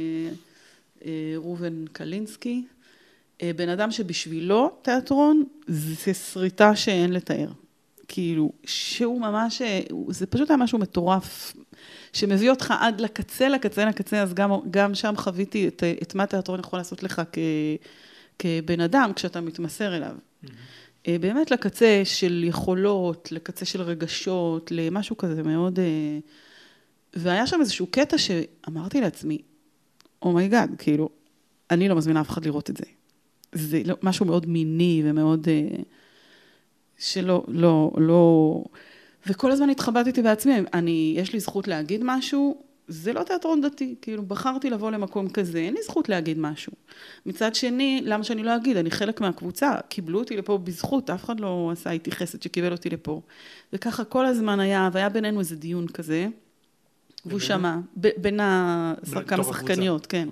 רובן קלינסקי, בן אדם שבשבילו תיאטרון זה שריטה שאין לתאר. כאילו, שהוא ממש, זה פשוט היה משהו מטורף, שמביא אותך עד לקצה, לקצה, לקצה, אז גם, גם שם חוויתי את, את מה תיאטרון יכול לעשות לך כ, כבן אדם, כשאתה מתמסר אליו. Mm-hmm. באמת לקצה של יכולות, לקצה של רגשות, למשהו כזה מאוד, והיה שם איזשהו קטע שאמרתי לעצמי, אומייגאד, כאילו, אני לא מזמינה אף אחד לראות את זה. זה משהו מאוד מיני ומאוד, שלא, לא, לא, וכל הזמן התחבטתי בעצמי, אני, יש לי זכות להגיד משהו, זה לא תיאטרון דתי, כאילו בחרתי לבוא למקום כזה, אין לי זכות להגיד משהו. מצד שני, למה שאני לא אגיד? אני חלק מהקבוצה, קיבלו אותי לפה בזכות, אף אחד לא עשה איתי חסד שקיבל אותי לפה. וככה כל הזמן היה, והיה בינינו איזה דיון כזה, והוא שמע, בין כמה שחקניות, כן.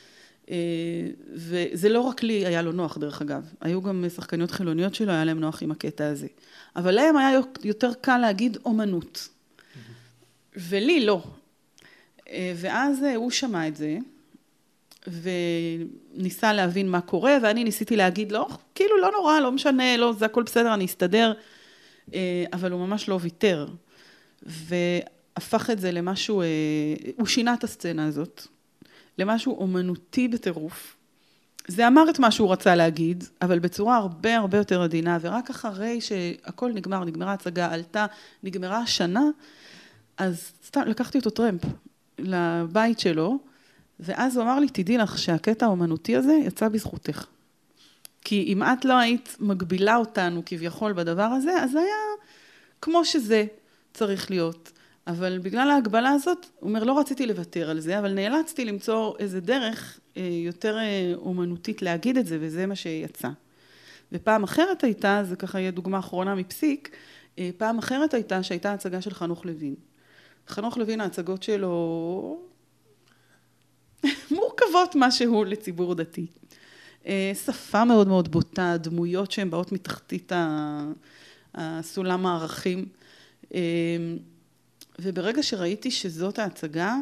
וזה לא רק לי היה לו נוח דרך אגב, היו גם שחקניות חילוניות שלו, היה להם נוח עם הקטע הזה. אבל להם היה יותר קל להגיד אומנות. ולי לא. ואז הוא שמע את זה, וניסה להבין מה קורה, ואני ניסיתי להגיד לו, כאילו לא נורא, לא משנה, לא, זה הכל בסדר, אני אסתדר, אבל הוא ממש לא ויתר. והפך את זה למשהו, הוא שינה את הסצנה הזאת, למשהו אומנותי בטירוף. זה אמר את מה שהוא רצה להגיד, אבל בצורה הרבה הרבה יותר עדינה, ורק אחרי שהכל נגמר, נגמרה הצגה, עלתה, נגמרה השנה, אז סתם לקחתי אותו טרמפ לבית שלו, ואז הוא אמר לי, תדעי לך שהקטע האומנותי הזה יצא בזכותך. כי אם את לא היית מגבילה אותנו כביכול בדבר הזה, אז היה כמו שזה צריך להיות. אבל בגלל ההגבלה הזאת, הוא אומר, לא רציתי לוותר על זה, אבל נאלצתי למצוא איזה דרך יותר אומנותית להגיד את זה, וזה מה שיצא. ופעם אחרת הייתה, זה ככה יהיה דוגמה אחרונה מפסיק, פעם אחרת הייתה שהייתה הצגה של חנוך לוין. חנוך לוין, ההצגות שלו מורכבות משהו לציבור דתי. שפה מאוד מאוד בוטה, דמויות שהן באות מתחתית הסולם הערכים. וברגע שראיתי שזאת ההצגה,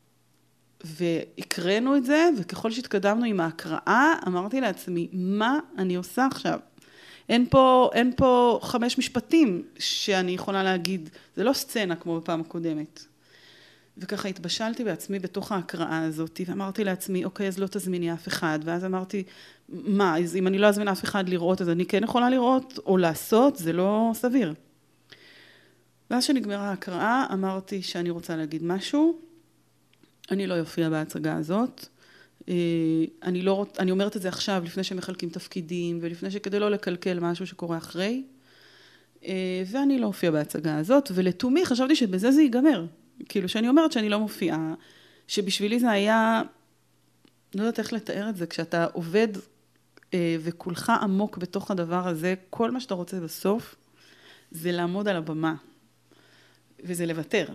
והקראנו את זה, וככל שהתקדמנו עם ההקראה, אמרתי לעצמי, מה אני עושה עכשיו? אין פה, אין פה חמש משפטים שאני יכולה להגיד, זה לא סצנה כמו בפעם הקודמת. וככה התבשלתי בעצמי בתוך ההקראה הזאת, ואמרתי לעצמי, אוקיי, אז לא תזמיני אף אחד, ואז אמרתי, מה, אז אם אני לא אזמין אף אחד לראות, אז אני כן יכולה לראות, או לעשות, זה לא סביר. ואז שנגמרה ההקראה, אמרתי שאני רוצה להגיד משהו, אני לא יופיע בהצגה הזאת, אני, לא, אני אומרת את זה עכשיו, לפני שמחלקים תפקידים, ולפני שכדי לא לקלקל משהו שקורה אחרי, ואני לא הופיע בהצגה הזאת, ולתומי חשבתי שבזה זה ייגמר. כאילו שאני אומרת שאני לא מופיעה, שבשבילי זה היה, לא יודעת איך לתאר את זה, כשאתה עובד וכולך עמוק בתוך הדבר הזה, כל מה שאתה רוצה בסוף, זה לעמוד על הבמה, וזה לוותר.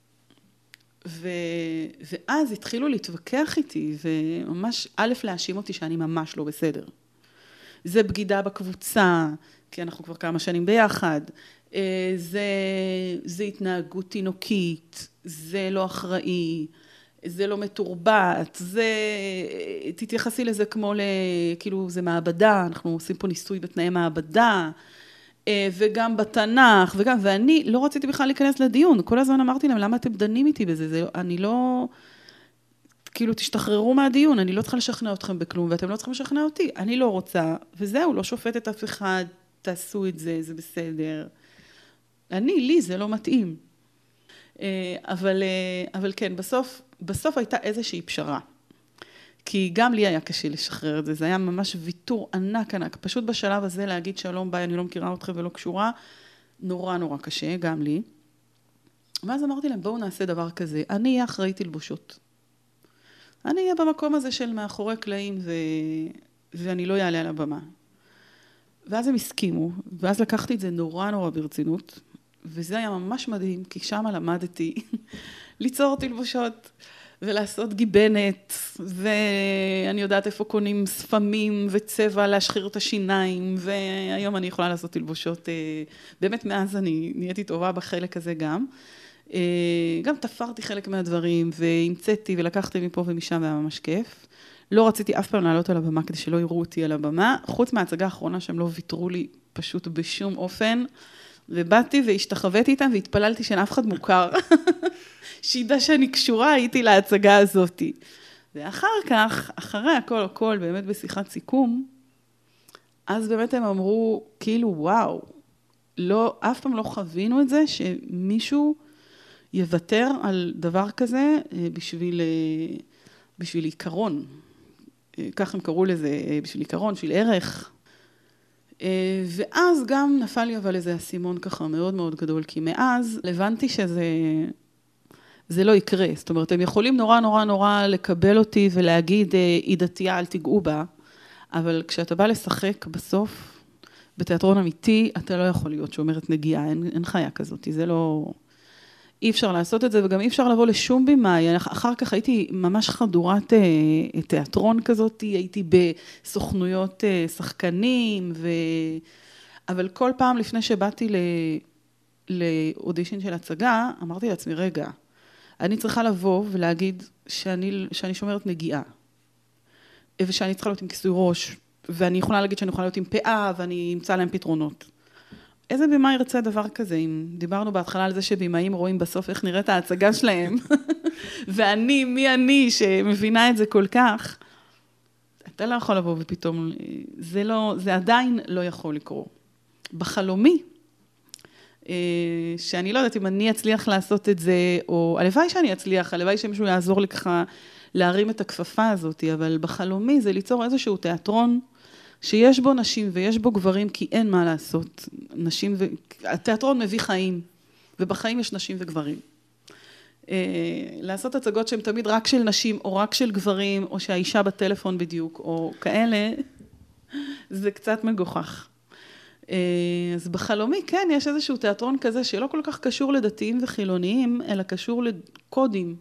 ו... ואז התחילו להתווכח איתי, וממש א' להאשים אותי שאני ממש לא בסדר. זה בגידה בקבוצה, כי אנחנו כבר כמה שנים ביחד, זה, זה התנהגות תינוקית, זה לא אחראי, זה לא מתורבת, זה, תתייחסי לזה כמו ל... כאילו זה מעבדה, אנחנו עושים פה ניסוי בתנאי מעבדה, וגם בתנ"ך, וגם, ואני לא רציתי בכלל להיכנס לדיון, כל הזמן אמרתי להם, למה אתם דנים איתי בזה? זה, אני לא, כאילו תשתחררו מהדיון, אני לא צריכה לשכנע אתכם בכלום, ואתם לא צריכים לשכנע אותי, אני לא רוצה, וזהו, לא שופטת אף אחד, תעשו את זה, זה בסדר. אני, לי, זה לא מתאים. אבל, אבל כן, בסוף, בסוף הייתה איזושהי פשרה. כי גם לי היה קשה לשחרר את זה, זה היה ממש ויתור ענק ענק, פשוט בשלב הזה להגיד שלום ביי, אני לא מכירה אתכם ולא קשורה, נורא נורא קשה, גם לי. ואז אמרתי להם, בואו נעשה דבר כזה, אני אהיה אחראית תלבושות. אני אהיה במקום הזה של מאחורי קלעים, ו... ואני לא אעלה על הבמה. ואז הם הסכימו, ואז לקחתי את זה נורא נורא ברצינות, וזה היה ממש מדהים, כי שם למדתי ליצור תלבושות, ולעשות גיבנת, ואני יודעת איפה קונים ספמים וצבע להשחיר את השיניים, והיום אני יכולה לעשות תלבושות, באמת מאז אני נהייתי טובה בחלק הזה גם. גם תפרתי חלק מהדברים, והמצאתי ולקחתי מפה ומשם, והיה ממש כיף. לא רציתי אף פעם לעלות על הבמה, כדי שלא יראו אותי על הבמה, חוץ מההצגה האחרונה שהם לא ויתרו לי פשוט בשום אופן, ובאתי והשתחוויתי איתם, והתפללתי שאין אף אחד מוכר. שידע שאני קשורה הייתי להצגה הזאת. ואחר כך, אחרי הכל הכל, באמת בשיחת סיכום, אז באמת הם אמרו, כאילו, וואו, לא, אף פעם לא חווינו את זה, שמישהו יוותר על דבר כזה בשביל, בשביל עיקרון. כך הם קראו לזה, בשביל עיקרון, בשביל ערך. ואז גם נפל לי אבל איזה אסימון ככה מאוד מאוד גדול, כי מאז הבנתי שזה זה לא יקרה. זאת אומרת, הם יכולים נורא נורא נורא לקבל אותי ולהגיד, היא דתייה, אל תיגעו בה, אבל כשאתה בא לשחק בסוף, בתיאטרון אמיתי, אתה לא יכול להיות שאומרת נגיעה, אין, אין חיה כזאת, זה לא... אי אפשר לעשות את זה, וגם אי אפשר לבוא לשום בימאי. אחר כך הייתי ממש חדורת אה, תיאטרון כזאת, הייתי בסוכנויות אה, שחקנים, ו... אבל כל פעם לפני שבאתי ל... לאודישן של הצגה, אמרתי לעצמי, רגע, אני צריכה לבוא ולהגיד שאני, שאני שומרת נגיעה, ושאני צריכה להיות עם כיסוי ראש, ואני יכולה להגיד שאני יכולה להיות עם פאה, ואני אמצא להם פתרונות. איזה בימה ירצה דבר כזה? אם דיברנו בהתחלה על זה שבימאים רואים בסוף איך נראית ההצגה שלהם, ואני, מי אני שמבינה את זה כל כך, אתה לא יכול לבוא ופתאום, זה, לא, זה עדיין לא יכול לקרות. בחלומי, שאני לא יודעת אם אני אצליח לעשות את זה, או הלוואי שאני אצליח, הלוואי שמישהו יעזור לי ככה להרים את הכפפה הזאת, אבל בחלומי זה ליצור איזשהו תיאטרון, שיש בו נשים ויש בו גברים, כי אין מה לעשות. נשים ו... התיאטרון מביא חיים, ובחיים יש נשים וגברים. לעשות הצגות שהן תמיד רק של נשים, או רק של גברים, או שהאישה בטלפון בדיוק, או כאלה, זה קצת מגוחך. אז בחלומי, כן, יש איזשהו תיאטרון כזה, שלא כל כך קשור לדתיים וחילוניים, אלא קשור לקודים,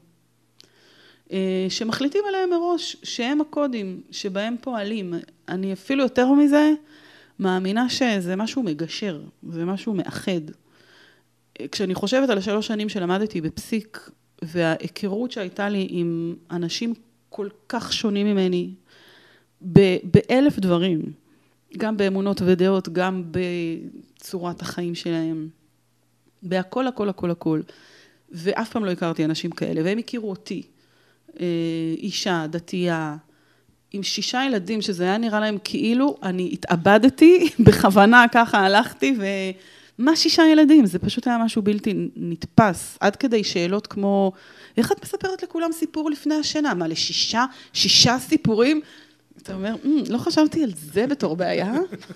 שמחליטים עליהם מראש, שהם הקודים שבהם פועלים. אני אפילו יותר מזה, מאמינה שזה משהו מגשר, זה משהו מאחד. כשאני חושבת על השלוש שנים שלמדתי בפסיק, וההיכרות שהייתה לי עם אנשים כל כך שונים ממני, באלף דברים, גם באמונות ודעות, גם בצורת החיים שלהם, בהכל, הכל, הכל, הכל. ואף פעם לא הכרתי אנשים כאלה, והם הכירו אותי. אישה, דתייה, עם שישה ילדים, שזה היה נראה להם כאילו, אני התאבדתי, בכוונה ככה הלכתי, ומה שישה ילדים? זה פשוט היה משהו בלתי נתפס, עד כדי שאלות כמו, איך את מספרת לכולם סיפור לפני השינה? מה, לשישה, שישה סיפורים? אתה אומר, לא חשבתי על זה בתור בעיה.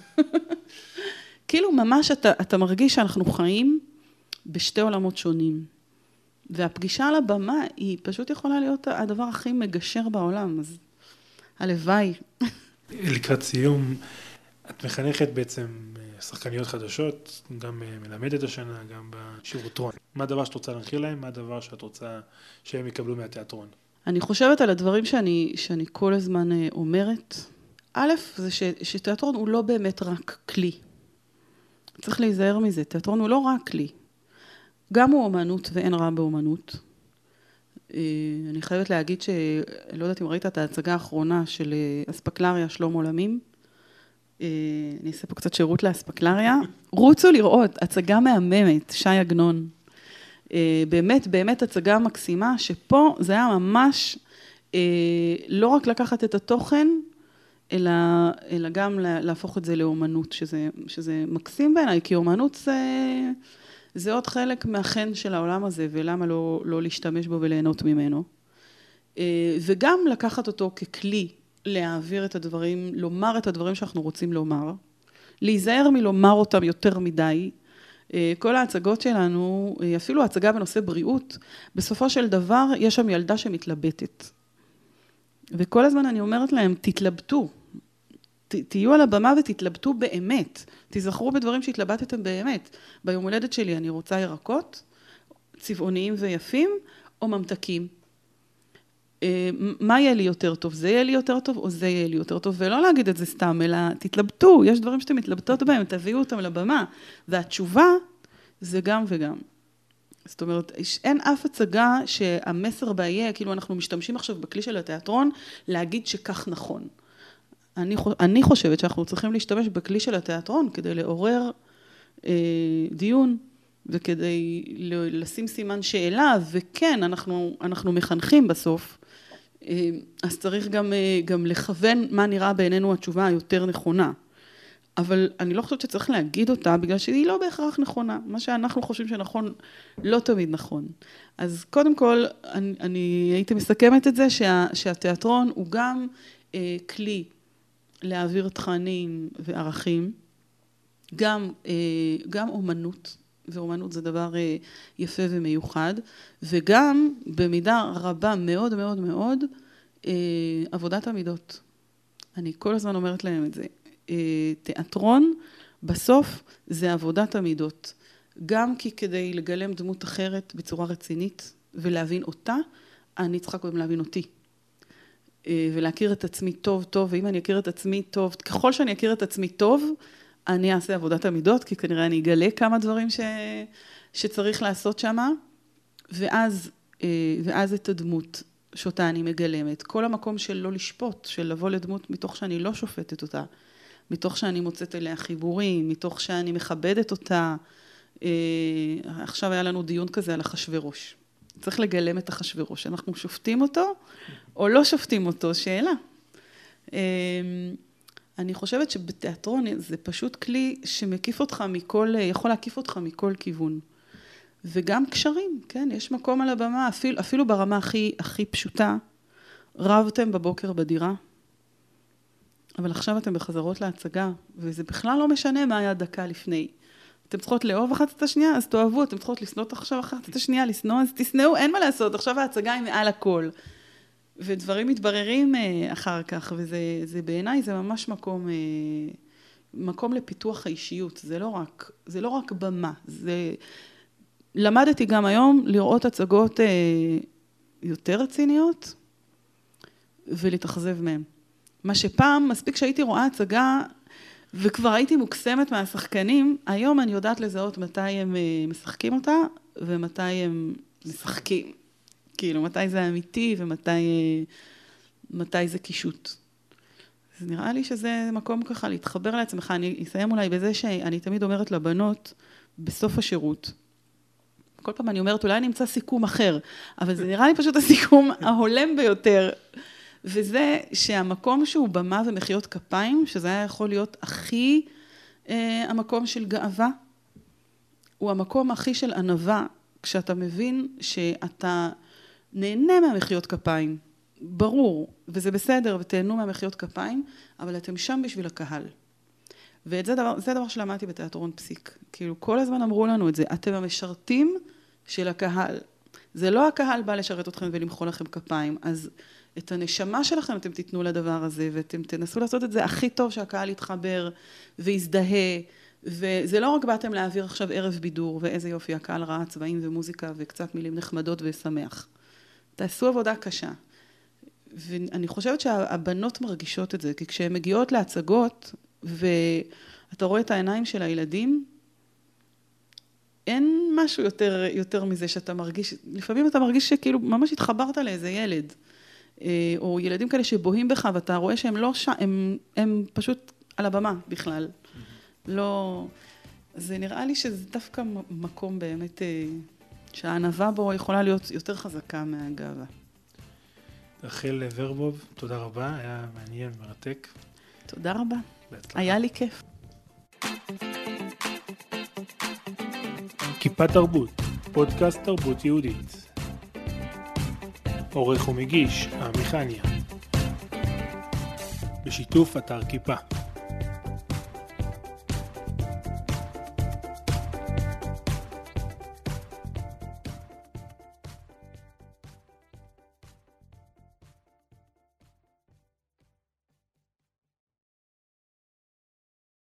כאילו ממש אתה, אתה מרגיש שאנחנו חיים בשתי עולמות שונים. והפגישה על הבמה היא פשוט יכולה להיות הדבר הכי מגשר בעולם, אז הלוואי. לקראת סיום, את מחנכת בעצם שחקניות חדשות, גם מלמדת השנה, גם בשירותרון. מה הדבר שאת רוצה להנחיל להם? מה הדבר שאת רוצה שהם יקבלו מהתיאטרון? אני חושבת על הדברים שאני, שאני כל הזמן אומרת. א', זה ש, שתיאטרון הוא לא באמת רק כלי. צריך להיזהר מזה, תיאטרון הוא לא רק כלי. גם הוא אומנות ואין רע באומנות. אני חייבת להגיד שלא יודעת אם ראית את ההצגה האחרונה של אספקלריה שלום עולמים. אני אעשה פה קצת שירות לאספקלריה. רוצו לראות, הצגה מהממת, שי עגנון. באמת, באמת הצגה מקסימה, שפה זה היה ממש לא רק לקחת את התוכן, אלא, אלא גם להפוך את זה לאומנות, שזה, שזה מקסים בעיניי, כי אומנות זה... זה עוד חלק מהחן של העולם הזה, ולמה לא, לא להשתמש בו וליהנות ממנו. וגם לקחת אותו ככלי, להעביר את הדברים, לומר את הדברים שאנחנו רוצים לומר, להיזהר מלומר אותם יותר מדי. כל ההצגות שלנו, אפילו ההצגה בנושא בריאות, בסופו של דבר יש שם ילדה שמתלבטת. וכל הזמן אני אומרת להם, תתלבטו. ת, תהיו על הבמה ותתלבטו באמת. תזכרו בדברים שהתלבטתם באמת. ביום הולדת שלי אני רוצה ירקות, צבעוניים ויפים, או ממתקים. מה יהיה לי יותר טוב? זה יהיה לי יותר טוב, או זה יהיה לי יותר טוב? ולא להגיד את זה סתם, אלא תתלבטו. יש דברים שאתם מתלבטות בהם, תביאו אותם לבמה. והתשובה זה גם וגם. זאת אומרת, אין אף הצגה שהמסר בה יהיה, כאילו אנחנו משתמשים עכשיו בכלי של התיאטרון, להגיד שכך נכון. אני, אני חושבת שאנחנו צריכים להשתמש בכלי של התיאטרון, כדי לעורר אה, דיון, וכדי לשים סימן שאלה, וכן, אנחנו, אנחנו מחנכים בסוף, אה, אז צריך גם, אה, גם לכוון מה נראה בעינינו התשובה היותר נכונה. אבל אני לא חושבת שצריך להגיד אותה, בגלל שהיא לא בהכרח נכונה. מה שאנחנו חושבים שנכון, לא תמיד נכון. אז קודם כל, אני, אני הייתי מסכמת את זה, שה, שהתיאטרון הוא גם אה, כלי להעביר תכנים וערכים, גם, אה, גם אומנות, ואומנות זה דבר אה, יפה ומיוחד, וגם במידה רבה מאוד מאוד מאוד, אה, עבודת המידות. אני כל הזמן אומרת להם את זה. תיאטרון, בסוף זה עבודת המידות. גם כי כדי לגלם דמות אחרת בצורה רצינית ולהבין אותה, אני צריכה קודם להבין אותי. ולהכיר את עצמי טוב טוב, ואם אני אכיר את עצמי טוב, ככל שאני אכיר את עצמי טוב, אני אעשה עבודת המידות, כי כנראה אני אגלה כמה דברים ש... שצריך לעשות שמה, ואז, ואז את הדמות שאותה אני מגלמת. כל המקום של לא לשפוט, של לבוא לדמות מתוך שאני לא שופטת אותה, מתוך שאני מוצאת אליה חיבורים, מתוך שאני מכבדת אותה. עכשיו היה לנו דיון כזה על החשברוש. צריך לגלם את החשברוש. אנחנו שופטים אותו או לא שופטים אותו? שאלה. אני חושבת שבתיאטרון זה פשוט כלי שמקיף אותך מכל, יכול להקיף אותך מכל כיוון. וגם קשרים, כן? יש מקום על הבמה, אפילו, אפילו ברמה הכי, הכי פשוטה. רבתם בבוקר בדירה, אבל עכשיו אתם בחזרות להצגה, וזה בכלל לא משנה מה היה דקה לפני. אתם צריכות לאהוב אחת את השנייה, אז תאהבו, אתם צריכות לסנות עכשיו אחת את השנייה, לסנוע, אז תסנעו, אין מה לעשות, עכשיו ההצגה היא מעל הכל. ודברים מתבררים אחר כך, וזה זה בעיניי זה ממש מקום, מקום לפיתוח האישיות, זה לא רק, זה לא רק במה, זה... למדתי גם היום לראות הצגות יותר רציניות, ולהתאכזב מהם. מה שפעם, מספיק שהייתי רואה הצגה, וכבר הייתי מוקסמת מהשחקנים, היום אני יודעת לזהות מתי הם משחקים אותה, ומתי הם משחקים. כאילו, מתי זה אמיתי, ומתי מתי זה קישוט. אז נראה לי שזה מקום ככה להתחבר לעצמך. אני אסיים אולי בזה שאני תמיד אומרת לבנות, בסוף השירות, כל פעם אני אומרת, אולי אני אמצא סיכום אחר, אבל זה נראה לי פשוט הסיכום ההולם ביותר. וזה שהמקום שהוא במה ומחיות כפיים, שזה היה יכול להיות הכי אה, המקום של גאווה, הוא המקום הכי של ענווה, כשאתה מבין שאתה נהנה מהמחיות כפיים, ברור, וזה בסדר, ותהנו מהמחיות כפיים, אבל אתם שם בשביל הקהל. וזה דבר, זה דבר שלמדתי בתיאטרון פסיק. כאילו, כל הזמן אמרו לנו את זה, אתם המשרתים של הקהל. זה לא הקהל בא לשרת אתכם ולמחוא לכם כפיים, אז את הנשמה שלכם אתם תיתנו לדבר הזה, ואתם תנסו לעשות את זה הכי טוב שהקהל יתחבר ויזדהה, וזה לא רק באתם להעביר עכשיו ערב בידור, ואיזה יופי, הקהל ראה צבעים ומוזיקה וקצת מילים נחמדות ושמח. תעשו עבודה קשה. ואני חושבת שהבנות מרגישות את זה, כי כשהן מגיעות להצגות, ואתה רואה את העיניים של הילדים, אין משהו יותר, יותר מזה שאתה מרגיש, לפעמים אתה מרגיש שכאילו ממש התחברת לאיזה ילד, או ילדים כאלה שבוהים בך, ואתה רואה שהם לא שם, הם, הם פשוט על הבמה בכלל. לא, זה נראה לי שזה דווקא מקום באמת, שהענווה בו יכולה להיות יותר חזקה מהגאווה. רחל ורבוב, תודה רבה, היה מעניין, מרתק. תודה רבה, בהצלחה. היה לי כיף. כיפה תרבות, פודקאסט תרבות יהודית. עורך ומגיש, עמיחניה. בשיתוף אתר כיפה.